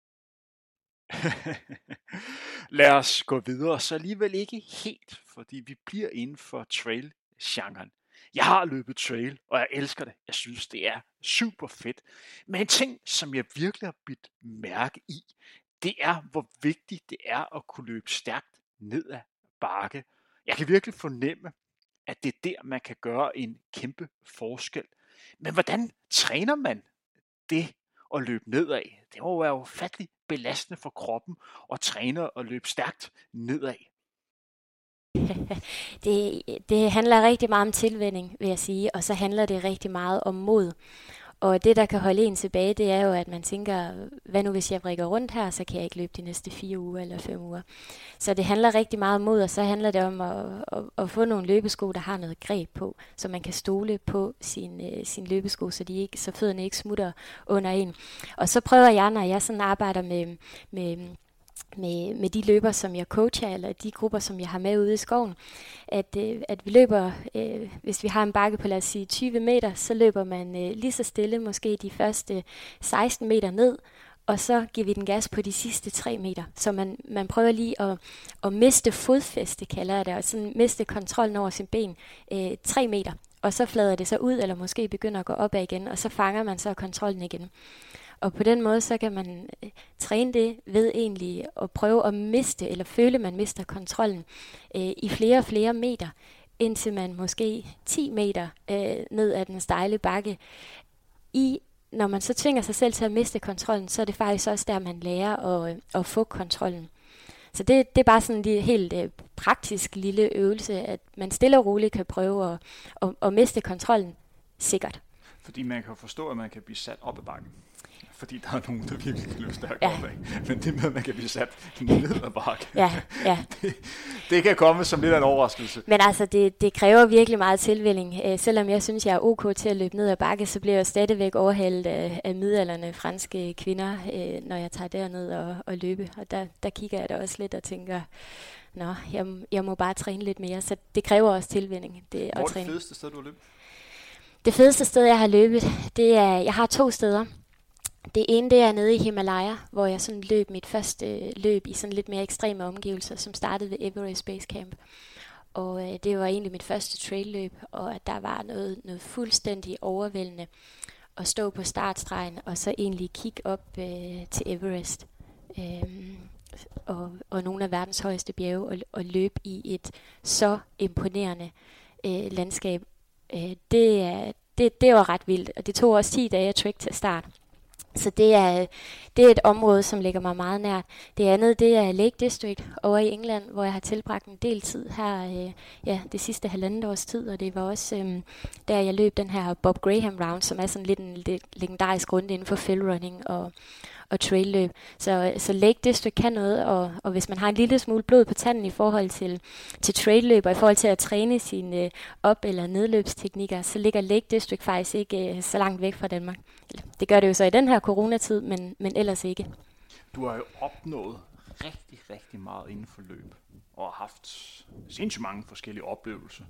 Lad os gå videre, så alligevel ikke helt, fordi vi bliver inden for trail-genren. Jeg har løbet trail, og jeg elsker det. Jeg synes, det er super fedt. Men en ting, som jeg virkelig har bidt mærke i, det er, hvor vigtigt det er at kunne løbe stærkt ned ad bakke. Jeg kan virkelig fornemme, at det er der, man kan gøre en kæmpe forskel. Men hvordan træner man det at løbe nedad? Det må jo være ufatteligt belastende for kroppen at træne og løbe stærkt nedad. det, det handler rigtig meget om tilvænning, vil jeg sige, og så handler det rigtig meget om mod. Og det, der kan holde en tilbage, det er jo, at man tænker, hvad nu hvis jeg vrikker rundt her, så kan jeg ikke løbe de næste fire uger eller fem uger. Så det handler rigtig meget om mod, og så handler det om at, at, at få nogle løbesko, der har noget greb på, så man kan stole på sin, uh, sin løbesko, så, de ikke, så fødderne ikke smutter under en. Og så prøver jeg, når jeg sådan arbejder med... med Med, med de løber, som jeg coacher, eller de grupper, som jeg har med ude i skoven, at, øh, at vi løber, øh, hvis vi har en bakke på, lad os sige, tyve meter, så løber man øh, lige så stille, måske de første seksten meter ned, og så giver vi den gas på de sidste tre meter. Så man, man prøver lige at, at miste fodfæste, kalder jeg det, og sådan miste kontrollen over sin ben øh, tre meter, og så flader det så ud, eller måske begynder at gå opad igen, og så fanger man så kontrollen igen. Og på den måde, så kan man øh, træne det ved egentlig at prøve at miste, eller føle, at man mister kontrollen øh, i flere og flere meter, indtil man måske ti meter øh, ned ad den stejle bakke. I, når man så tvinger sig selv til at miste kontrollen, så er det faktisk også der, man lærer at, øh, at få kontrollen. Så det, det er bare sådan en helt øh, praktisk lille øvelse, at man stille og roligt kan prøve at, at, at miste kontrollen sikkert. Fordi man kan forstå, at man kan blive sat op ad bakken. Fordi der er nogen, der virkelig kan løbe stærkt ja. opad. Men det med, at man kan blive sat ned ad bakken, ja, ja. det, det kan komme som lidt af en overraskelse. Men altså, det, det kræver virkelig meget tilvænning. Æ, selvom jeg synes, jeg er ok til at løbe ned ad bakke, så bliver jeg stadigvæk overhældt af, af midaldrende franske kvinder, øh, når jeg tager derned og, og løbe. Og der, der kigger jeg da også lidt og tænker, nå, jeg, jeg må bare træne lidt mere. Så det kræver også tilvænning. Det, Hvor er det fedeste sted, du har løbet? Det fedeste sted, jeg har løbet, det er, jeg har to steder. Det ene, det er nede i Himalaya, hvor jeg sådan løb mit første løb i sådan lidt mere ekstreme omgivelser, som startede ved Everest Base Camp. Og øh, det var egentlig mit første trailløb, og at der var noget, noget fuldstændig overvældende at stå på startstregen, og så egentlig kigge op øh, til Everest. Øhm, og, og nogle af verdens højeste bjerge, og, og løbe i et så imponerende øh, landskab. Øh, det, er, det, det var ret vildt, og det tog også ti dage at trek til start. Så det er, det er et område, som ligger mig meget nært. Det andet, det er Lake District over i England, hvor jeg har tilbragt en del tid her, øh, ja, det sidste halvandet års tid, og det var også øh, der, jeg løb den her Bob Graham Round, som er sådan lidt en lidt legendarisk runde inden for fellrunning og, og trailløb. Så, så Lake District kan noget, og, og hvis man har en lille smule blod på tanden i forhold til, til trailløb, og i forhold til at træne sine øh, op- eller nedløbsteknikker, så ligger Lake District faktisk ikke øh, så langt væk fra Danmark. Det gør det jo så i den her coronatid, men, men ellers ikke. Du har jo opnået rigtig, rigtig meget inden for løb, og har haft sindssygt mange forskellige oplevelser.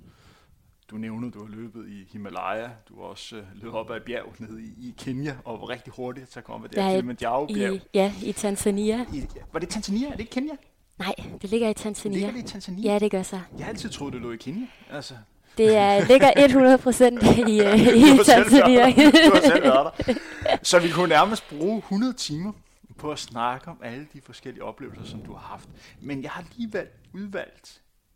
Du nævner, du har løbet i Himalaya, du har også øh, løbet op ad et bjerg nede i, i Kenya, og var rigtig hurtigt til at komme ved det her Kilimanjaro-bjerg. Ja, i Tanzania. I, var det Tanzania? Er det ikke Kenya? Nej, det ligger i Tanzania. Ligger det i Tanzania? Ja, det gør så. Jeg har altid troet, det lå i Kenya. Altså. Det er, ligger hundrede procent i, uh, i Tanzania. Du har selv været der. Så vi kunne nærmest bruge hundrede timer på at snakke om alle de forskellige oplevelser, som du har haft. Men jeg har alligevel udvalgt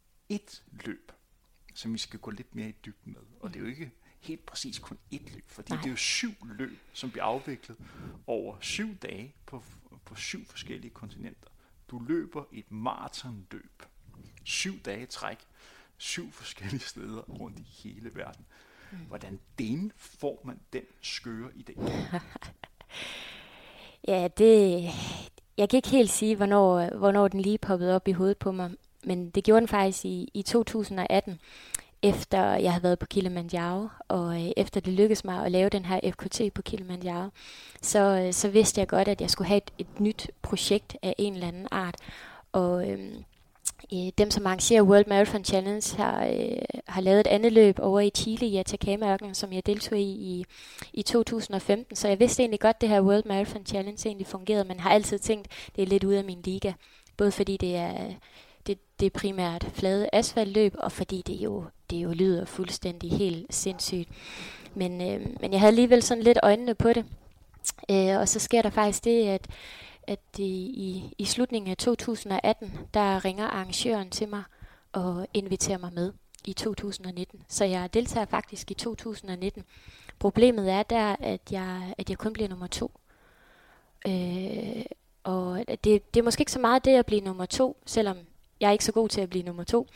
et løb, som vi skal gå lidt mere i dybden med. Og det er jo ikke helt præcis kun et løb, fordi Nej. det er jo syv løb, som bliver afviklet over syv dage på, på syv forskellige kontinenter. Du løber et maratonløb. Syv dage i træk. Syv forskellige steder rundt i hele verden. Hvordan den får man den skøre idé? Ja, det... Jeg kan ikke helt sige, hvornår, hvornår den lige poppede op i hovedet på mig, men det gjorde den faktisk i, i to tusind atten, efter jeg havde været på Kilimanjaro, og øh, efter det lykkedes mig at lave den her F K T på Kilimanjaro, så, øh, så vidste jeg godt, at jeg skulle have et, et nyt projekt af en eller anden art, og... Øh, Dem, som arrangerer World Marathon Challenge, har, øh, har lavet et andet løb over i Chile i Atacama-ørkenen, som jeg deltog i, i i to tusind femten. Så jeg vidste egentlig godt, at det her World Marathon Challenge egentlig fungerede, men har altid tænkt, det er lidt ude af min liga. Både fordi det er, det, det er primært flade asfaltløb, og fordi det jo, det jo lyder fuldstændig helt sindssygt. Men, øh, men jeg havde alligevel sådan lidt øjnene på det. Øh, og så sker der faktisk det, at at i, i slutningen af to tusind atten, der ringer arrangøren til mig og inviterer mig med i to tusind nitten. Så jeg deltager faktisk i to tusind nitten. Problemet er der, at jeg, at jeg kun bliver nummer to. Øh, og det, det er måske ikke så meget det at blive nummer to, selvom jeg er ikke så god til at blive nummer to.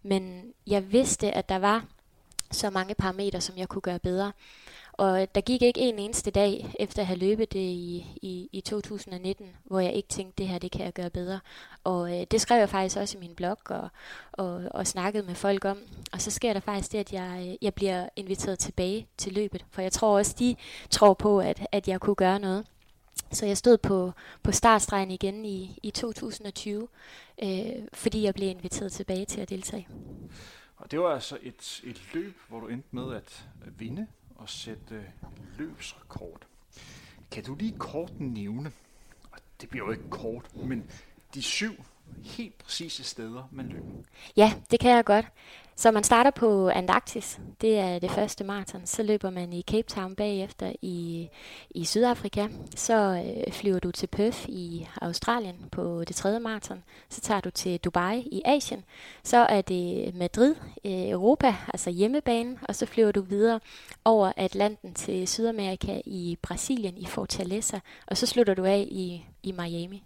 men jeg vidste, at der var så mange parametre, som jeg kunne gøre bedre. Og der gik ikke en eneste dag efter at have løbet det i, i, i to tusind nitten, hvor jeg ikke tænkte, det her det kan jeg gøre bedre. Og øh, det skrev jeg faktisk også i min blog og, og, og snakkede med folk om. Og så sker der faktisk det, at jeg, jeg bliver inviteret tilbage til løbet. For jeg tror også, de tror på, at, at jeg kunne gøre noget. Så jeg stod på, på startstregen igen i, i to tusind tyve, øh, fordi jeg blev inviteret tilbage til at deltage. Og det var altså et, et løb, hvor du endte med at vinde og sætte løbsrekord. Kan du lige kort nævne, og det bliver jo ikke kort, men de syv helt præcise steder, man løber? Ja, det kan jeg godt. Så man starter på Antarktis, det er det første maraton. Så løber man i Cape Town bagefter i, i Sydafrika. Så øh, flyver du til Perth i Australien på det tredje maraton. Så tager du til Dubai i Asien. Så er det Madrid, øh, Europa, altså hjemmebanen. Og så flyver du videre over Atlanten til Sydamerika i Brasilien i Fortaleza. Og så slutter du af i, i Miami.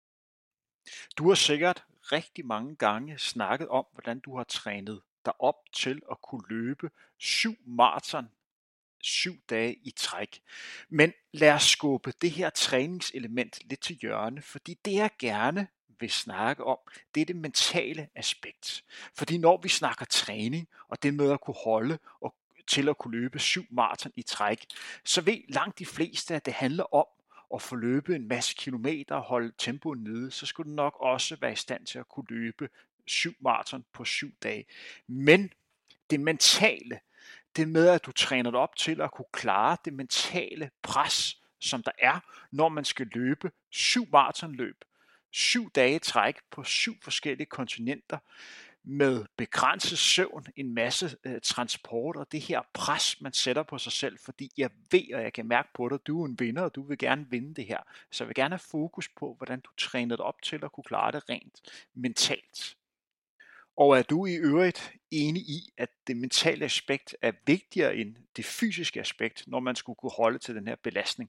Du har sikkert rigtig mange gange snakket om, hvordan du har trænet dig op til at kunne løbe syv maraton, syv dage i træk. Men lad os skubbe det her træningselement lidt til hjørne, fordi det jeg gerne vil snakke om, det er det mentale aspekt. Fordi når vi snakker træning, og det med at kunne holde og til at kunne løbe syv maraton i træk, så ved langt de fleste, at det handler om at få løbet en masse kilometer og holde tempoet nede, så skulle du nok også være i stand til at kunne løbe syv maraton på syv dage. Men det mentale, det med at du træner dig op til at kunne klare det mentale pres, som der er, når man skal løbe syv maratonløb, syv dage i træk på syv forskellige kontinenter, med begrænset søvn, en masse øh, transport og det her pres, man sætter på sig selv, fordi jeg ved, og jeg kan mærke på dig, du er en vinder, og du vil gerne vinde det her. Så jeg vil gerne have fokus på, hvordan du træner dig op til at kunne klare det rent mentalt. Og er du i øvrigt enig i, at det mentale aspekt er vigtigere end det fysiske aspekt, når man skulle kunne holde til den her belastning?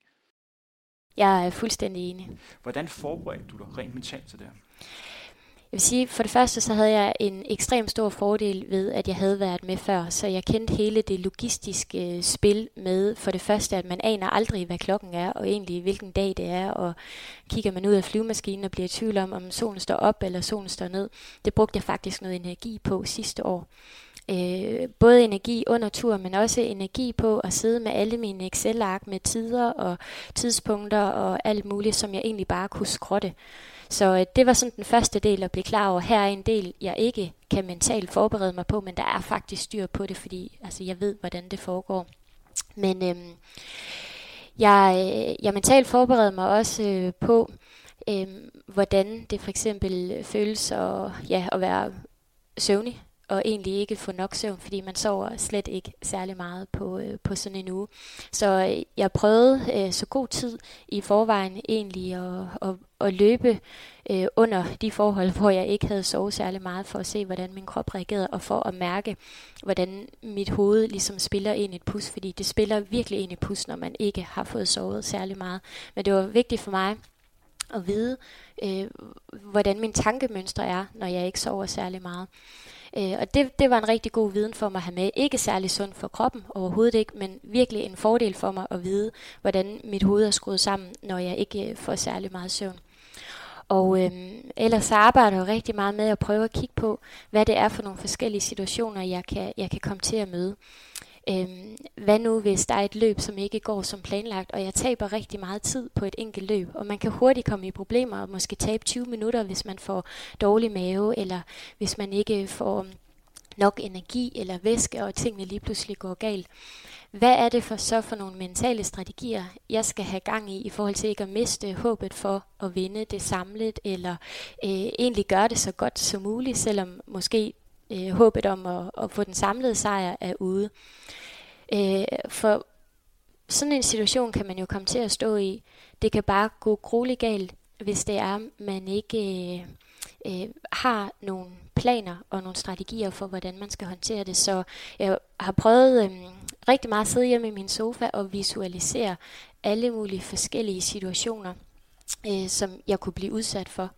Jeg er fuldstændig enig. Hvordan forberedte du dig rent mentalt til det her? Jeg vil sige, for det første så havde jeg en ekstrem stor fordel ved, at jeg havde været med før, så jeg kendte hele det logistiske spil med, for det første, at man aner aldrig, hvad klokken er, og egentlig hvilken dag det er, og kigger man ud af flyvemaskinen og bliver i tvivl om, om solen står op eller solen står ned. Det brugte jeg faktisk noget energi på sidste år. Øh, både energi under tur, men også energi på at sidde med alle mine Excel-ark med tider og tidspunkter og alt muligt, som jeg egentlig bare kunne skrotte. Så øh, det var sådan den første del at blive klar over. Her er en del, jeg ikke kan mentalt forberede mig på, men der er faktisk styr på det, fordi altså, jeg ved, hvordan det foregår. Men øh, jeg, øh, jeg mentalt forbereder mig også øh, på, øh, hvordan det for eksempel føles at, ja, at være søvnig, og egentlig ikke få nok søvn, fordi man sover slet ikke særlig meget på, øh, på sådan en uge. Så øh, jeg prøvede øh, så god tid i forvejen egentlig at, at, at løbe øh, under de forhold, hvor jeg ikke havde sovet særlig meget, for at se, hvordan min krop reagerede, og for at mærke, hvordan mit hoved ligesom spiller ind i et pus, fordi det spiller virkelig ind i et pus, når man ikke har fået sovet særlig meget. Men det var vigtigt for mig at vide, øh, hvordan min tankemønstre er, når jeg ikke sover særlig meget. Øh, og det, det var en rigtig god viden for mig at have med. Ikke særlig sund for kroppen, overhovedet ikke, men virkelig en fordel for mig at vide, hvordan mit hoved er skruet sammen, når jeg ikke får særlig meget søvn. Og øh, ellers så arbejder jeg rigtig meget med at prøve at kigge på, hvad det er for nogle forskellige situationer, jeg kan, jeg kan komme til at møde. Øhm, hvad nu hvis der er et løb, som ikke går som planlagt, og jeg taber rigtig meget tid på et enkelt løb, og man kan hurtigt komme i problemer og måske tabe tyve minutter, hvis man får dårlig mave, eller hvis man ikke får nok energi eller væske, og tingene lige pludselig går galt. Hvad er det for så for nogle mentale strategier, jeg skal have gang i, i forhold til ikke at miste håbet for at vinde det samlet, eller øh, egentlig gøre det så godt som muligt, selvom måske Øh, håbet om at, at få den samlede sejr er ude. Øh, for sådan en situation kan man jo komme til at stå i. Det kan bare gå grueligt galt, hvis det er, man ikke øh, øh, har nogle planer og nogle strategier for, hvordan man skal håndtere det. Så jeg har prøvet øh, rigtig meget at sidde hjemme i min sofa og visualisere alle mulige forskellige situationer, øh, som jeg kunne blive udsat for.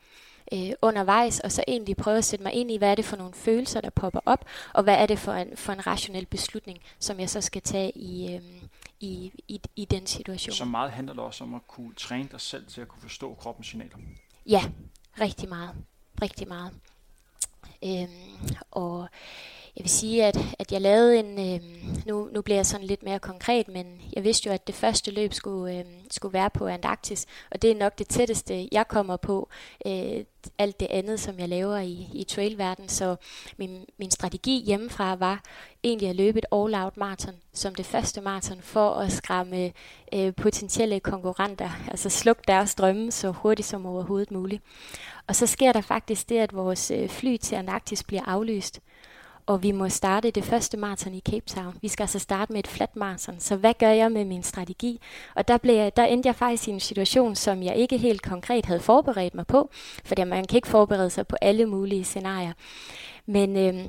øh, undervejs, og så egentlig prøve at sætte mig ind i, hvad er det for nogle følelser, der popper op, og hvad er det for en, for en rationel beslutning, som jeg så skal tage i, øh, i, i, i den situation. Så meget handler det også om at kunne træne dig selv til at kunne forstå kroppens signaler? Ja, rigtig meget. Rigtig meget. Øhm, og jeg vil sige, at, at jeg lavede en, øhm, nu, nu bliver jeg sådan lidt mere konkret, men jeg vidste jo, at det første løb skulle, øhm, skulle være på Antarktis, og det er nok det tætteste, jeg kommer på øh, alt det andet, som jeg laver i, i trailverden. Så min, min strategi hjemmefra var egentlig at løbe et all-out maraton som det første maraton for at skræmme øh, potentielle konkurrenter, altså slukke deres drømme så hurtigt som overhovedet muligt. Og så sker der faktisk det, at vores øh, fly til Antarktis bliver aflyst, og vi må starte det første maraton i Cape Town. Vi skal altså starte med et flat maraton, så hvad gør jeg med min strategi? Og der, blev jeg, der endte jeg faktisk i en situation, som jeg ikke helt konkret havde forberedt mig på, for man kan ikke forberede sig på alle mulige scenarier. Men øh,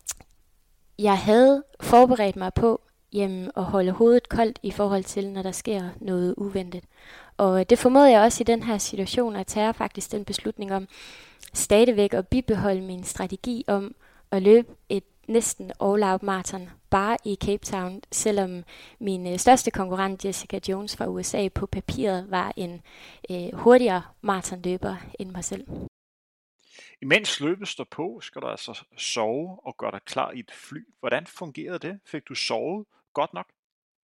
jeg havde forberedt mig på jamen, at holde hovedet koldt i forhold til, når der sker noget uventet. Og det formåede jeg også i den her situation at tage faktisk den beslutning om stadigvæk at bibeholde min strategi om at løbe et næsten all-out maraton bare i Cape Town, selvom min øh, største konkurrent Jessica Jones fra U S A på papiret var en øh, hurtigere maratonløber end mig selv. Imens løbet står på, skal du altså sove og gøre dig klar i et fly. Hvordan fungerede det? Fik du sovet godt nok?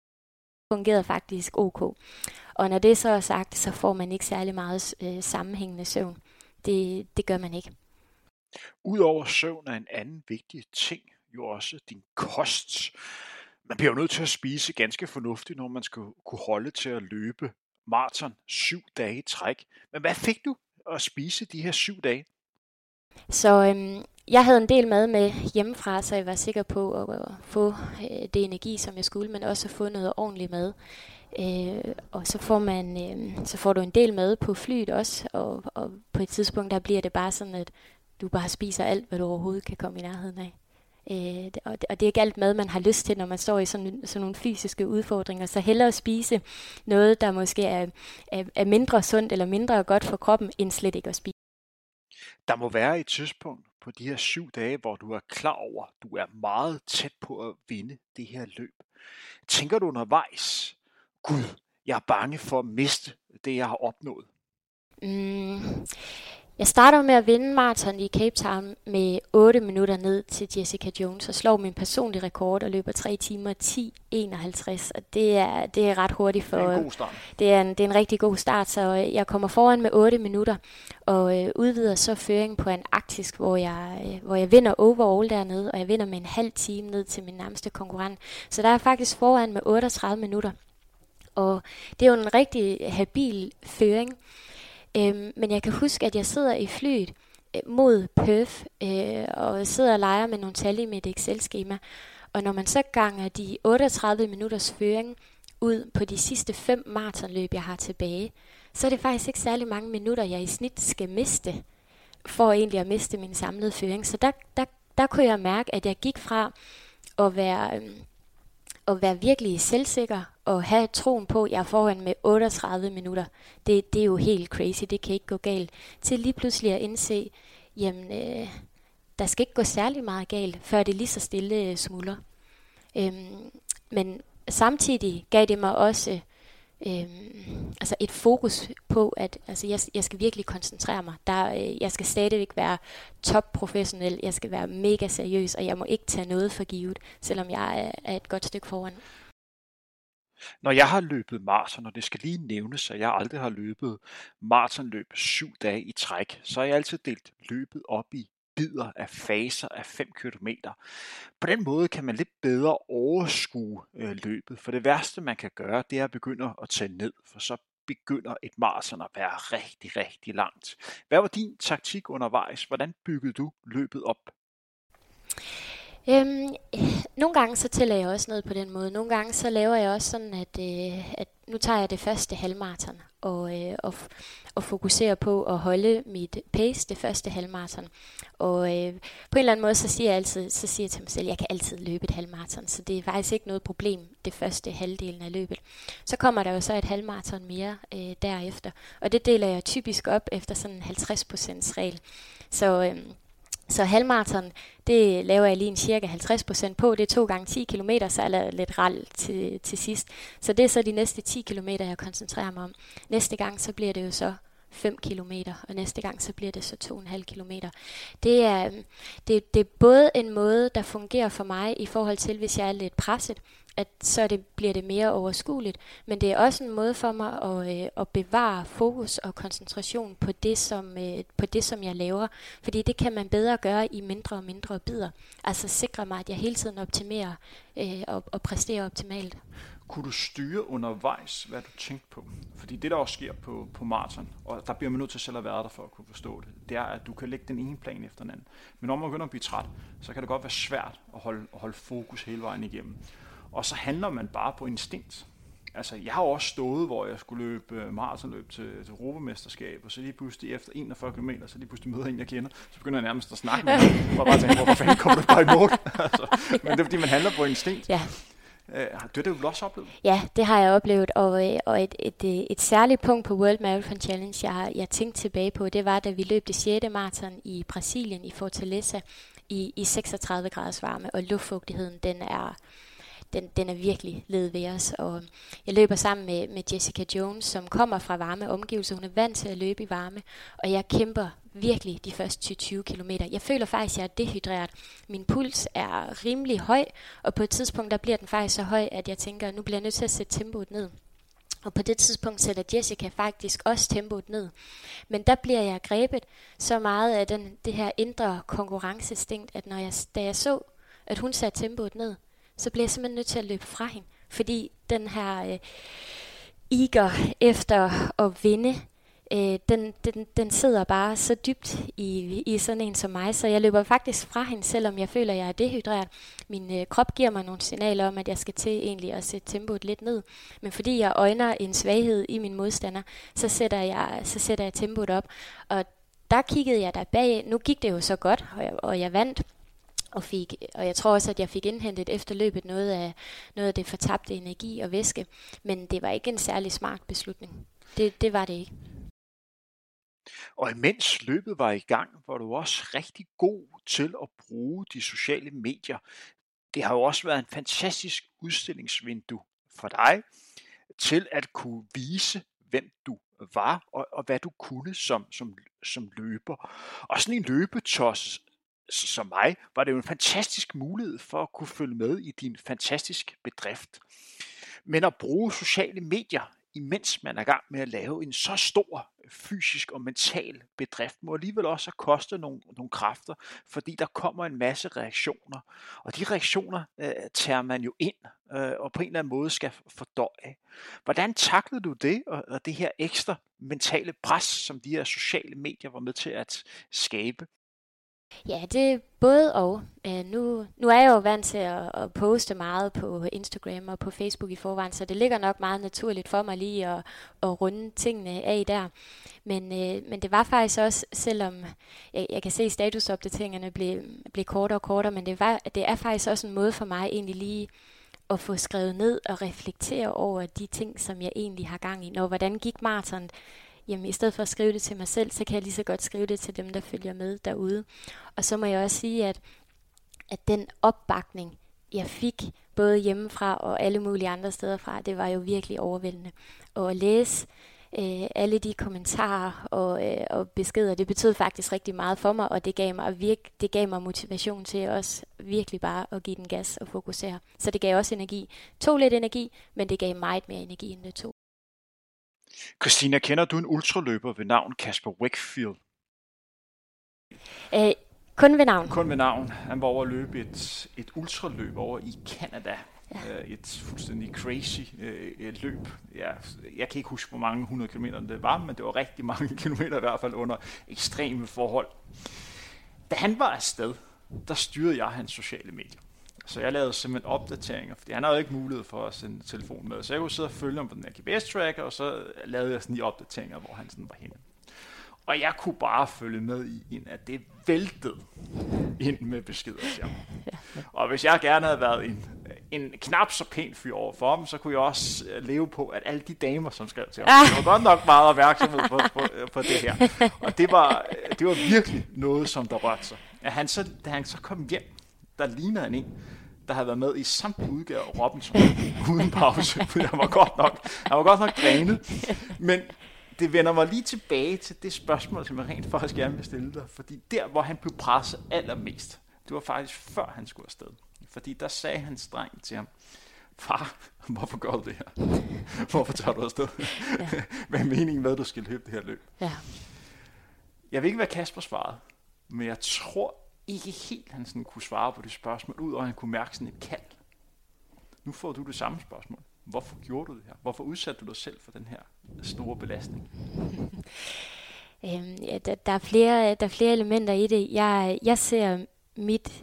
Det fungerede faktisk ok. Og når det så er sagt, så får man ikke særlig meget øh, sammenhængende søvn. Det, det gør man ikke. Udover søvn er en anden vigtig ting jo også din kost. Man bliver jo nødt til at spise ganske fornuftigt, når man skal kunne holde til at løbe maraton syv dage i træk. Men hvad fik du at spise de her syv dage? Så øhm, jeg havde en del mad med hjemmefra, så jeg var sikker på at, at få øh, det energi, som jeg skulle, men også at få noget ordentligt mad. Øh, og så får man, øh, så får du en del mad på flyet også, og, og på et tidspunkt der bliver det bare sådan, at du bare spiser alt, hvad du overhovedet kan komme i nærheden af. Øh, og, det, og det er ikke alt mad, man har lyst til, når man står i sådan, sådan nogle fysiske udfordringer. Så hellere spise noget, der måske er, er, er mindre sundt eller mindre godt for kroppen, end slet ikke at spise. Der må være et tidspunkt på de her syv dage, hvor du er klar over, at du er meget tæt på at vinde det her løb. Tænker du undervejs, Gud, jeg er bange for at miste det, jeg har opnået? Mm. Jeg starter med at vinde maraton i Cape Town med otte minutter ned til Jessica Jones og slår min personlige rekord og løber tre timer ti enoghalvtreds. Og det er, det er ret hurtigt for... Det er en god start. Det er en, det er en rigtig god start, så jeg kommer foran med otte minutter og øh, udvider så føringen på Antarktis, hvor jeg, øh, hvor jeg vinder overall dernede, og jeg vinder med en halv time ned til min nærmeste konkurrent. Så der er jeg faktisk foran med otteogtredive minutter. Og det er jo en rigtig habil føring. Øhm, men jeg kan huske, at jeg sidder i flyet øh, mod Perth øh, og sidder og leger med nogle tal i mit Excel-skema. Og når man så ganger de otteogtredive minutters føring ud på de sidste fem maratonløb, jeg har tilbage, så er det faktisk ikke særlig mange minutter, jeg i snit skal miste, for egentlig at miste min samlede føring. Så der, der, der kunne jeg mærke, at jeg gik fra at være... Øh, at være virkelig selvsikker og have troen på, at jeg er foran med otteogtredive minutter. Det, det er jo helt crazy, det kan ikke gå galt. Til lige pludselig at indse, jamen, øh, der skal ikke gå særlig meget galt, før det lige så stille øh, smuldrer. Øhm, men samtidig gav det mig også øhm, altså et fokus på, at altså jeg, jeg skal virkelig koncentrere mig. Der, øh, jeg skal stadigvæk være topprofessionel, jeg skal være mega seriøs, og jeg må ikke tage noget for givet, selvom jeg er, er et godt stykke foran. Når jeg har løbet maraton, og det skal lige nævnes, at jeg aldrig har løbet maratonløb syv dage i træk, så har jeg altid delt løbet op i bidder af faser af fem kilometer. På den måde kan man lidt bedre overskue øh, løbet, for det værste man kan gøre, det er at begynde at tage ned, for så begynder et maraton at være rigtig, rigtig langt. Hvad var din taktik undervejs? Hvordan byggede du løbet op? Øhm, nogle gange så tæller jeg også noget på den måde. Nogle gange så laver jeg også sådan, at, øh, at nu tager jeg det første halvmaraton og, øh, og, og fokuserer på at holde mit pace det første halvmaraton. Og øh, på en eller anden måde, så siger jeg altid, så siger jeg til mig selv, at jeg kan altid løbe et halvmaraton, så det er faktisk ikke noget problem, det første halvdelen af løbet. Så kommer der jo så et halvmaraton mere øh, derefter, og det deler jeg typisk op efter sådan en halvtreds procent regel. Så... Øh, Så halvmaraton, det laver jeg lige en cirka halvtreds procent på. Det er to gange ti kilometer, så er der lidt ral til, til sidst. Så det er så de næste ti kilometer, jeg koncentrerer mig om. Næste gang, så bliver det jo så fem kilometer, og næste gang, så bliver det så to komma fem kilometer. Det er, det, det er både en måde, der fungerer for mig i forhold til, hvis jeg er lidt presset, at så det, bliver det mere overskueligt, men det er også en måde for mig at, øh, at bevare fokus og koncentration på det, som, øh, på det, som jeg laver, fordi det kan man bedre gøre i mindre og mindre bidder. Altså sikre mig, at jeg hele tiden optimerer øh, og, og præsterer optimalt. Kunne du styre undervejs, hvad du tænkte på? Fordi det, der også sker på, på maraton, og der bliver man nødt til selv at være der for at kunne forstå det, det er, at du kan lægge den ene plan efter den anden. Men når man begynder at blive træt, så kan det godt være svært at holde, at holde fokus hele vejen igennem. Og så handler man bare på instinkt. Altså, jeg har også stået, hvor jeg skulle løbe maratonløb til, til Europamesterskab, og så lige pludselig efter enogfyrre kilometer, så lige pludselig møder en, jeg kender, så begynder jeg nærmest at snakke med ham, og bare tænke, hvorfor fanden kommer du bare i mål? Altså, men det er, fordi man handler på instinkt. Ja. Det har du jo også oplevet? Ja, det har jeg oplevet, og, og et, et, et, et særligt punkt på World Marathon Challenge, jeg, jeg tænkte tilbage på, det var, da vi løb det sjette maraton i Brasilien, i Fortaleza, i, i seksogtredive graders varme, og luftfugtigheden, den er... Den, den er virkelig ledet ved os, og jeg løber sammen med, med Jessica Jones, som kommer fra varme omgivelser. Hun er vant til at løbe i varme, og jeg kæmper virkelig de første tyve til tyve kilometer. Jeg føler faktisk, at jeg er dehydreret. Min puls er rimelig høj, og på et tidspunkt der bliver den faktisk så høj, at jeg tænker, at nu bliver jeg nødt til at sætte tempoet ned. Og på det tidspunkt sætter Jessica faktisk også tempoet ned. Men der bliver jeg grebet så meget af den, det her indre konkurrenceinstinkt, at når jeg, da jeg så, at hun satte tempoet ned, så bliver jeg simpelthen nødt til at løbe fra hende. Fordi den her øh, iger efter at vinde, øh, den, den, den sidder bare så dybt i, i sådan en som mig. Så jeg løber faktisk fra hende, selvom jeg føler, at jeg er dehydreret. Min øh, krop giver mig nogle signaler om, at jeg skal til egentlig at sætte tempoet lidt ned. Men fordi jeg øjner en svaghed i min modstander, så sætter jeg, så sætter jeg tempoet op. Og der kiggede jeg der bag. Nu gik det jo så godt, og jeg, og jeg vandt. Og, fik, og jeg tror også, at jeg fik indhentet efter løbet noget af, noget af det fortabte energi og væske. Men det var ikke en særlig smart beslutning. Det, det var det ikke. Og imens løbet var i gang, var du også rigtig god til at bruge de sociale medier. Det har jo også været en fantastisk udstillingsvindue for dig til at kunne vise, hvem du var og, og hvad du kunne som, som, som løber. Og sådan en løbetosse som mig, var det jo en fantastisk mulighed for at kunne følge med i din fantastiske bedrift. Men at bruge sociale medier, imens man er i gang med at lave en så stor fysisk og mental bedrift, må alligevel også koste nogle, nogle kræfter, fordi der kommer en masse reaktioner. Og de reaktioner øh, tager man jo ind, øh, og på en eller anden måde skal fordøje. Hvordan taklede du det, og, og det her ekstra mentale pres, som de her sociale medier var med til at skabe? Ja, det er både og. Uh, nu, nu er jeg jo vant til at, at poste meget på Instagram og på Facebook i forvejen, så det ligger nok meget naturligt for mig lige at, at runde tingene af der. Men, uh, men det var faktisk også, selvom jeg, jeg kan se statusopdateringerne blive, blive kortere og kortere, men det, var, det er faktisk også en måde for mig egentlig lige at få skrevet ned og reflektere over de ting, som jeg egentlig har gang i. Når hvordan gik maraton? Jamen i stedet for at skrive det til mig selv, så kan jeg lige så godt skrive det til dem, der følger med derude. Og så må jeg også sige, at, at den opbakning, jeg fik, både hjemmefra og alle mulige andre steder fra, det var jo virkelig overvældende. Og at læse øh, alle de kommentarer og, øh, og beskeder, det betød faktisk rigtig meget for mig, og det gav mig, virke, det gav mig motivation til også virkelig bare at give den gas og fokusere. Så det gav også energi. Tog lidt energi, men det gav meget mere energi, end det tog. Christina, kender du en ultraløber ved navn Casper Wakefield? Æh, kun ved navn. Kun ved navn. Han var over at løbe et, et ultraløb over i Canada. Ja. Et fuldstændig crazy øh, løb. Ja, jeg kan ikke huske, hvor mange hundrede kilometer det var, men det var rigtig mange kilometer i hvert fald under ekstreme forhold. Da han var afsted, der styrede jeg hans sociale medier. Så jeg lavede simpelthen opdateringer, fordi han havde jo ikke mulighed for at sende telefon med. Så jeg kunne sidde og følge ham på den her G P S-tracker, og så lavede jeg sådan de opdateringer, hvor han sådan var henne. Og jeg kunne bare følge med i, en, at det væltede ind med beskeder til ham. Og hvis jeg gerne havde været en, en knap så pæn fyr over for ham, så kunne jeg også leve på, at alle de damer, som skrev til ham, det var godt nok meget opmærksomhed på, på, på det her. Og det var, det var virkelig noget, som der rørte sig. At han så, da han så kom hjem, der lignede han en, der havde været med i samtlige udgaver af Robinson uden pause. Han var godt nok, han var godt nok drænet. Men det vender mig lige tilbage til det spørgsmål, som jeg rent faktisk gerne vil stille dig. Fordi der, hvor han blev presset allermest, det var faktisk før han skulle afsted. Fordi der sagde hans dreng til ham, far, hvorfor gør du det her? Hvorfor tager du afsted? Ja. Hvad er meningen med, at du skal løbe det her løb? Ja. Jeg vil ikke være Kasper svaret, men jeg tror ikke helt, han sådan kunne svare på det spørgsmål, ud og han kunne mærke sådan et kald. Nu får du det samme spørgsmål. Hvorfor gjorde du det her? Hvorfor udsatte du dig selv for den her store belastning? øhm, ja, der, der, er flere, der er flere elementer i det. Jeg, jeg ser mit,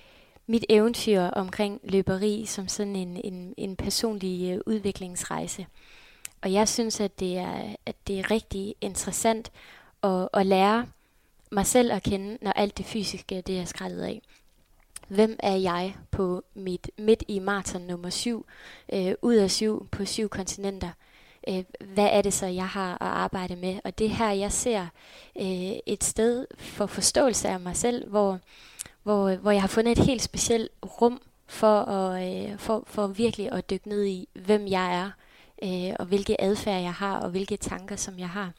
mit eventyr omkring løberi som sådan en, en, en personlig uh, udviklingsrejse. Og jeg synes, at det er, at det er rigtig interessant at, at lære mig selv at kende, når alt det fysiske det er skrællet af. Hvem er jeg på mit midt i maraton nummer syv, øh, ud af syv på syv kontinenter? Øh, hvad er det så, jeg har at arbejde med? Og det her, jeg ser øh, et sted for forståelse af mig selv, hvor, hvor, hvor jeg har fundet et helt specielt rum for, at, øh, for, for virkelig at dykke ned i, hvem jeg er, øh, og hvilke adfærd jeg har, og hvilke tanker, som jeg har.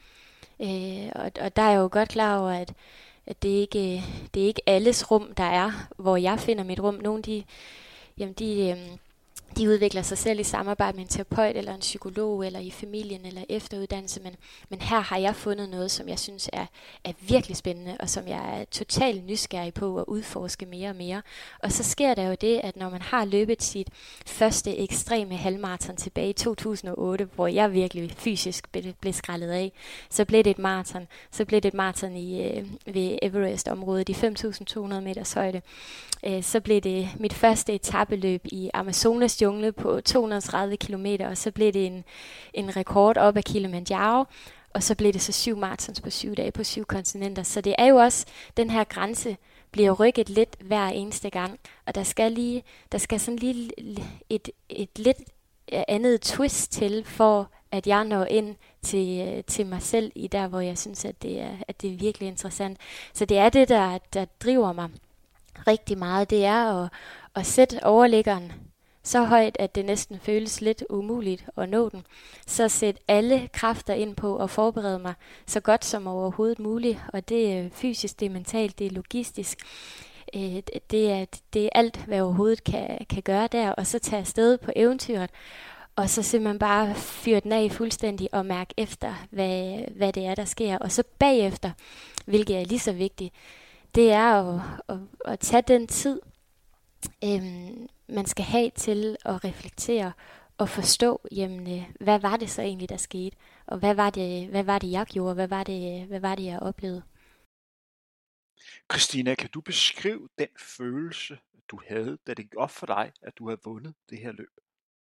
Øh, og, og der er jeg jo godt klar over, at at det ikke det er ikke alles rum, der er, hvor jeg finder mit rum. Nogle de, jamen de, øhm, de udvikler sig selv i samarbejde med en terapeut eller en psykolog eller i familien eller efteruddannelse, men, men her har jeg fundet noget, som jeg synes er, er virkelig spændende, og som jeg er totalt nysgerrig på at udforske mere og mere. Og så sker der jo det, at når man har løbet sit første ekstreme halvmarathon tilbage i to tusind og otte, hvor jeg virkelig fysisk blev, blev skrællet af, så blev det et maraton. Så blev det et maraton i, øh, ved Everest-området i fem tusind to hundrede meters højde. Øh, så blev det mit første etapeløb i Amazonas jungle på to hundrede og tredive kilometer, og så blev det en, en rekord op ad Kilimanjaro, og så blev det så syv marathons på syv dage på syv kontinenter. Så det er jo også, den her grænse bliver rykket lidt hver eneste gang, og der skal lige, der skal sådan lige et, et lidt andet twist til, for at jeg når ind til, til mig selv i der, hvor jeg synes, at det er, at det er virkelig interessant. Så det er det, der, der driver mig rigtig meget. Det er at, at sætte overliggeren så højt, at det næsten føles lidt umuligt at nå den. Så sæt alle kræfter ind på at forberede mig så godt som overhovedet muligt. Og det er fysisk, det er mentalt, det er logistisk. Det er, det er alt, hvad jeg overhovedet kan, kan gøre der. Og så tage afsted på eventyret. Og så simpelthen bare fyre den af fuldstændig og mærke efter, hvad, hvad det er, der sker. Og så bagefter, hvilket er lige så vigtigt, det er at, at, at tage den tid, øhm, man skal have til at reflektere og forstå, jamen, hvad var det så egentlig, der skete? Og hvad var det, hvad var det jeg gjorde? Hvad var det, hvad var det, jeg oplevede? Christina, kan du beskrive den følelse, du havde, da det gik op for dig, at du havde vundet det her løb?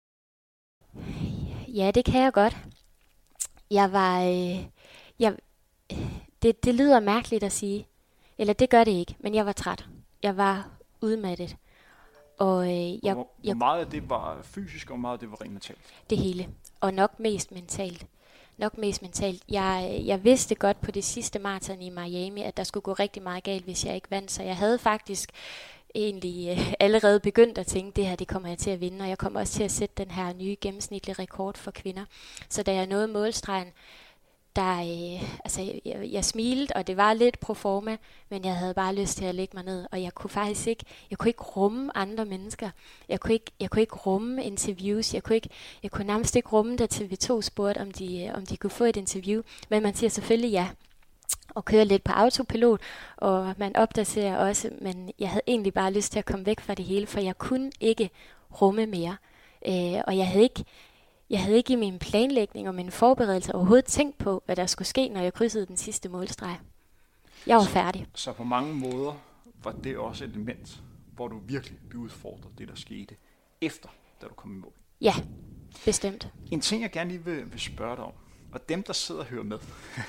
Ja, det kan jeg godt. Jeg var... Øh, jeg, det, det lyder mærkeligt at sige. Eller det gør det ikke, men jeg var træt. Jeg var udmattet. Og, øh, jeg, hvor, jeg, hvor meget af det var fysisk, og hvor meget af det var rent mentalt? Det hele. Og nok mest mentalt. Nok mest mentalt. Jeg, jeg vidste godt på det sidste maraton i Miami, at der skulle gå rigtig meget galt, hvis jeg ikke vandt. Så jeg havde faktisk egentlig øh, allerede begyndt at tænke, det her det kommer jeg til at vinde. Og jeg kommer også til at sætte den her nye gennemsnitlige rekord for kvinder. Så da jeg nåede målstregen, der, øh, altså, jeg, jeg smilede, og det var lidt proforma, men jeg havde bare lyst til at lægge mig ned, og jeg kunne faktisk ikke, jeg kunne ikke rumme andre mennesker. Jeg kunne ikke, jeg kunne ikke rumme interviews. Jeg kunne ikke, jeg kunne nærmest ikke rumme, da T V to spurgte, om de, om de kunne få et interview. Men man siger selvfølgelig ja, og kører lidt på autopilot, og man opdaterer også, men jeg havde egentlig bare lyst til at komme væk fra det hele, for jeg kunne ikke rumme mere. Øh, og jeg havde ikke, Jeg havde ikke i min planlægning og min forberedelse overhovedet tænkt på, hvad der skulle ske, når jeg krydsede den sidste målstreg. Jeg var færdig. Så, så på mange måder var det også et element, hvor du virkelig blev udfordret, det der skete efter, da du kom i mål? Ja, bestemt. En ting, jeg gerne lige vil, vil spørge dig om, og dem, der sidder og hører med,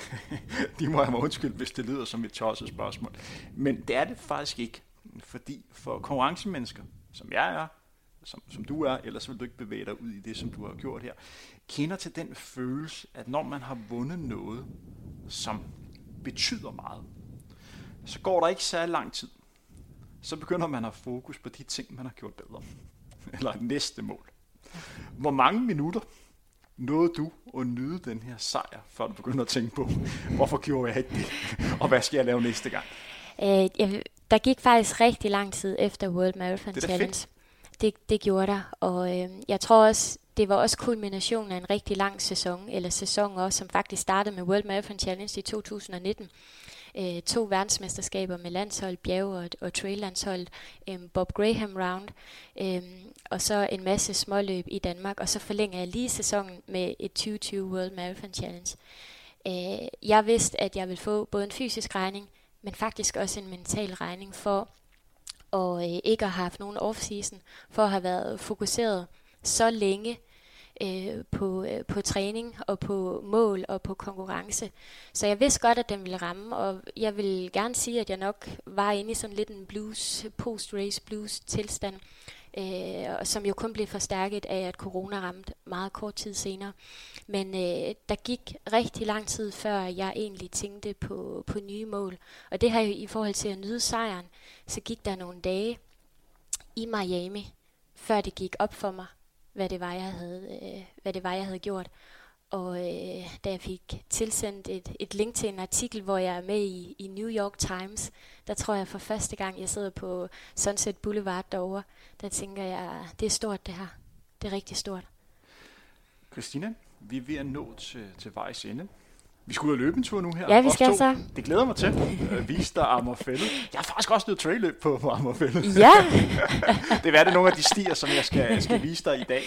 de må have mig undskyld, hvis det lyder som et tosset spørgsmål. Men det er det faktisk ikke, fordi for konkurrencemennesker, som jeg er, som, som du er, ellers vil du ikke bevæge dig ud i det, som du har gjort her, kender til den følelse, at når man har vundet noget, som betyder meget, så går der ikke særlig lang tid. Så begynder man at have fokus på de ting, man har gjort bedre. Eller næste mål. Hvor mange minutter nåede du at nyde den her sejr, før du begynder at tænke på, hvorfor gjorde jeg ikke det, og hvad skal jeg lave næste gang? Øh, jeg, der gik faktisk rigtig lang tid efter World Marathon det Challenge. Det, det gjorde der, og øh, jeg tror også, det var også kulminationen af en rigtig lang sæson, eller sæson også, som faktisk startede med World Marathon Challenge i to tusind nitten. Øh, to verdensmesterskaber med landshold, bjerg- og, og traillandshold, øh, Bob Graham Round, øh, og så en masse småløb i Danmark, og så forlænger jeg lige sæsonen med et tyve tyve World Marathon Challenge. Øh, jeg vidste, at jeg ville få både en fysisk regning, men faktisk også en mental regning for og øh, ikke at have haft nogen off-season, for at have været fokuseret så længe øh, på, øh, på træning og på mål og på konkurrence. Så jeg vidste godt, at den ville ramme, og jeg vil gerne sige, at jeg nok var inde i sådan lidt en blues, post-race blues tilstand, øh, som jo kun blev forstærket af, at corona ramte meget kort tid senere. Men øh, der gik rigtig lang tid, før jeg egentlig tænkte på, på nye mål. Og det her i forhold til at nyde sejren, så gik der nogle dage i Miami, før det gik op for mig, hvad det var, jeg havde, øh, hvad det var, jeg havde gjort. Og øh, da jeg fik tilsendt et, et link til en artikel, hvor jeg er med i, i New York Times, der tror jeg for første gang, jeg sidder på Sunset Boulevard derovre, der tænker jeg, det er stort det her. Det er rigtig stort. Christina, vi er ved at nå til, til vejs ende. Vi skulle ud og løbe en tur nu her. Ja, vi skal så. Det glæder mig til. Uh, vis dig Amagerfælled. Jeg har faktisk også noget trailløb på, på Amagerfælled. Ja. Det er det nogle af de stier, som jeg skal, skal vise dig i dag.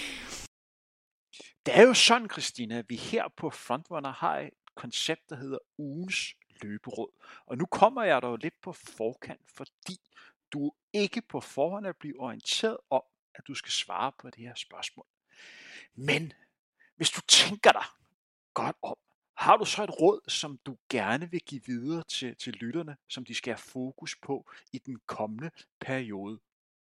Det er jo sådan, Christina, at vi her på Frontrunner har et koncept, der hedder ugens løberåd. Og nu kommer jeg dog lidt på forkant, fordi du ikke på forhånd er blevet orienteret om, at du skal svare på det her spørgsmål. Men hvis du tænker dig godt om, har du så et råd, som du gerne vil give videre til, til lytterne, som de skal have fokus på i den kommende periode?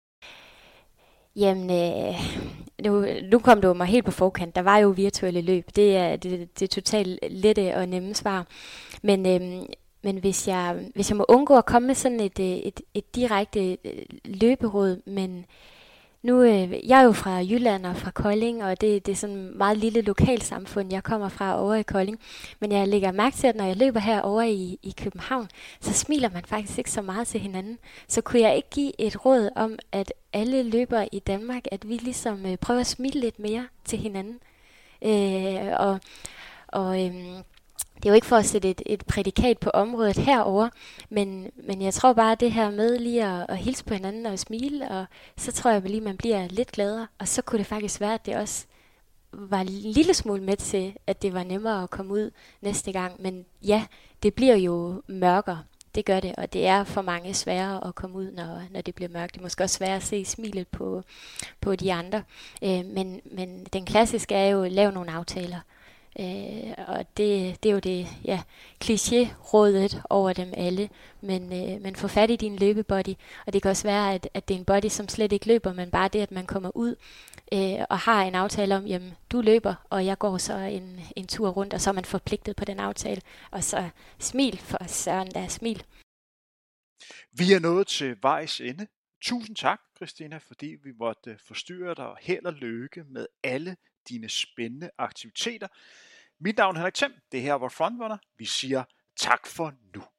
Jamen, øh, nu, nu kom du mig helt på forkant. Der var jo virtuelle løb. Det er det, det totalt lette og nemme svar. Men, øh, men hvis, jeg, hvis jeg må undgå at komme med sådan et, et, et direkte løberåd, men nu, øh, jeg er jo fra Jylland og fra Kolding, og det, det er sådan et meget lille lokalsamfund, jeg kommer fra over i Kolding. Men jeg lægger mærke til, at når jeg løber her over i, i København, så smiler man faktisk ikke så meget til hinanden. Så kunne jeg ikke give et råd om, at alle løbere i Danmark, at vi ligesom øh, prøver at smile lidt mere til hinanden. Øh, og og øh, det er jo ikke for at sætte et, et prædikat på området herover, men, men jeg tror bare, at det her med lige at, at hilse på hinanden og smile, og så tror jeg lige, at man bliver lidt gladere. Og så kunne det faktisk være, at det også var en lille smule med til, at det var nemmere at komme ud næste gang. Men ja, det bliver jo mørkere. Det gør det, og det er for mange sværere at komme ud, når, når det bliver mørkt. Det er måske også sværere at se smilet på, på de andre. Øh, men, men den klassiske er jo at lave nogle aftaler. Øh, og det, det er jo det ja, kliché-rådet over dem alle, men, øh, men få fat i din løbebody, og det kan også være, at, at det er en body, som slet ikke løber, men bare det, at man kommer ud øh, og har en aftale om, jamen du løber, og jeg går så en, en tur rundt, og så er man forpligtet på den aftale, og så smil for søren, der er smil. Vi er nået til vejs ende. Tusind tak, Christina, fordi vi måtte forstyrre dig, og held og lykke med alle dine spændende aktiviteter. Mit navn er Henrik Thiem. Det her var Frontrunner. Vi siger tak for nu.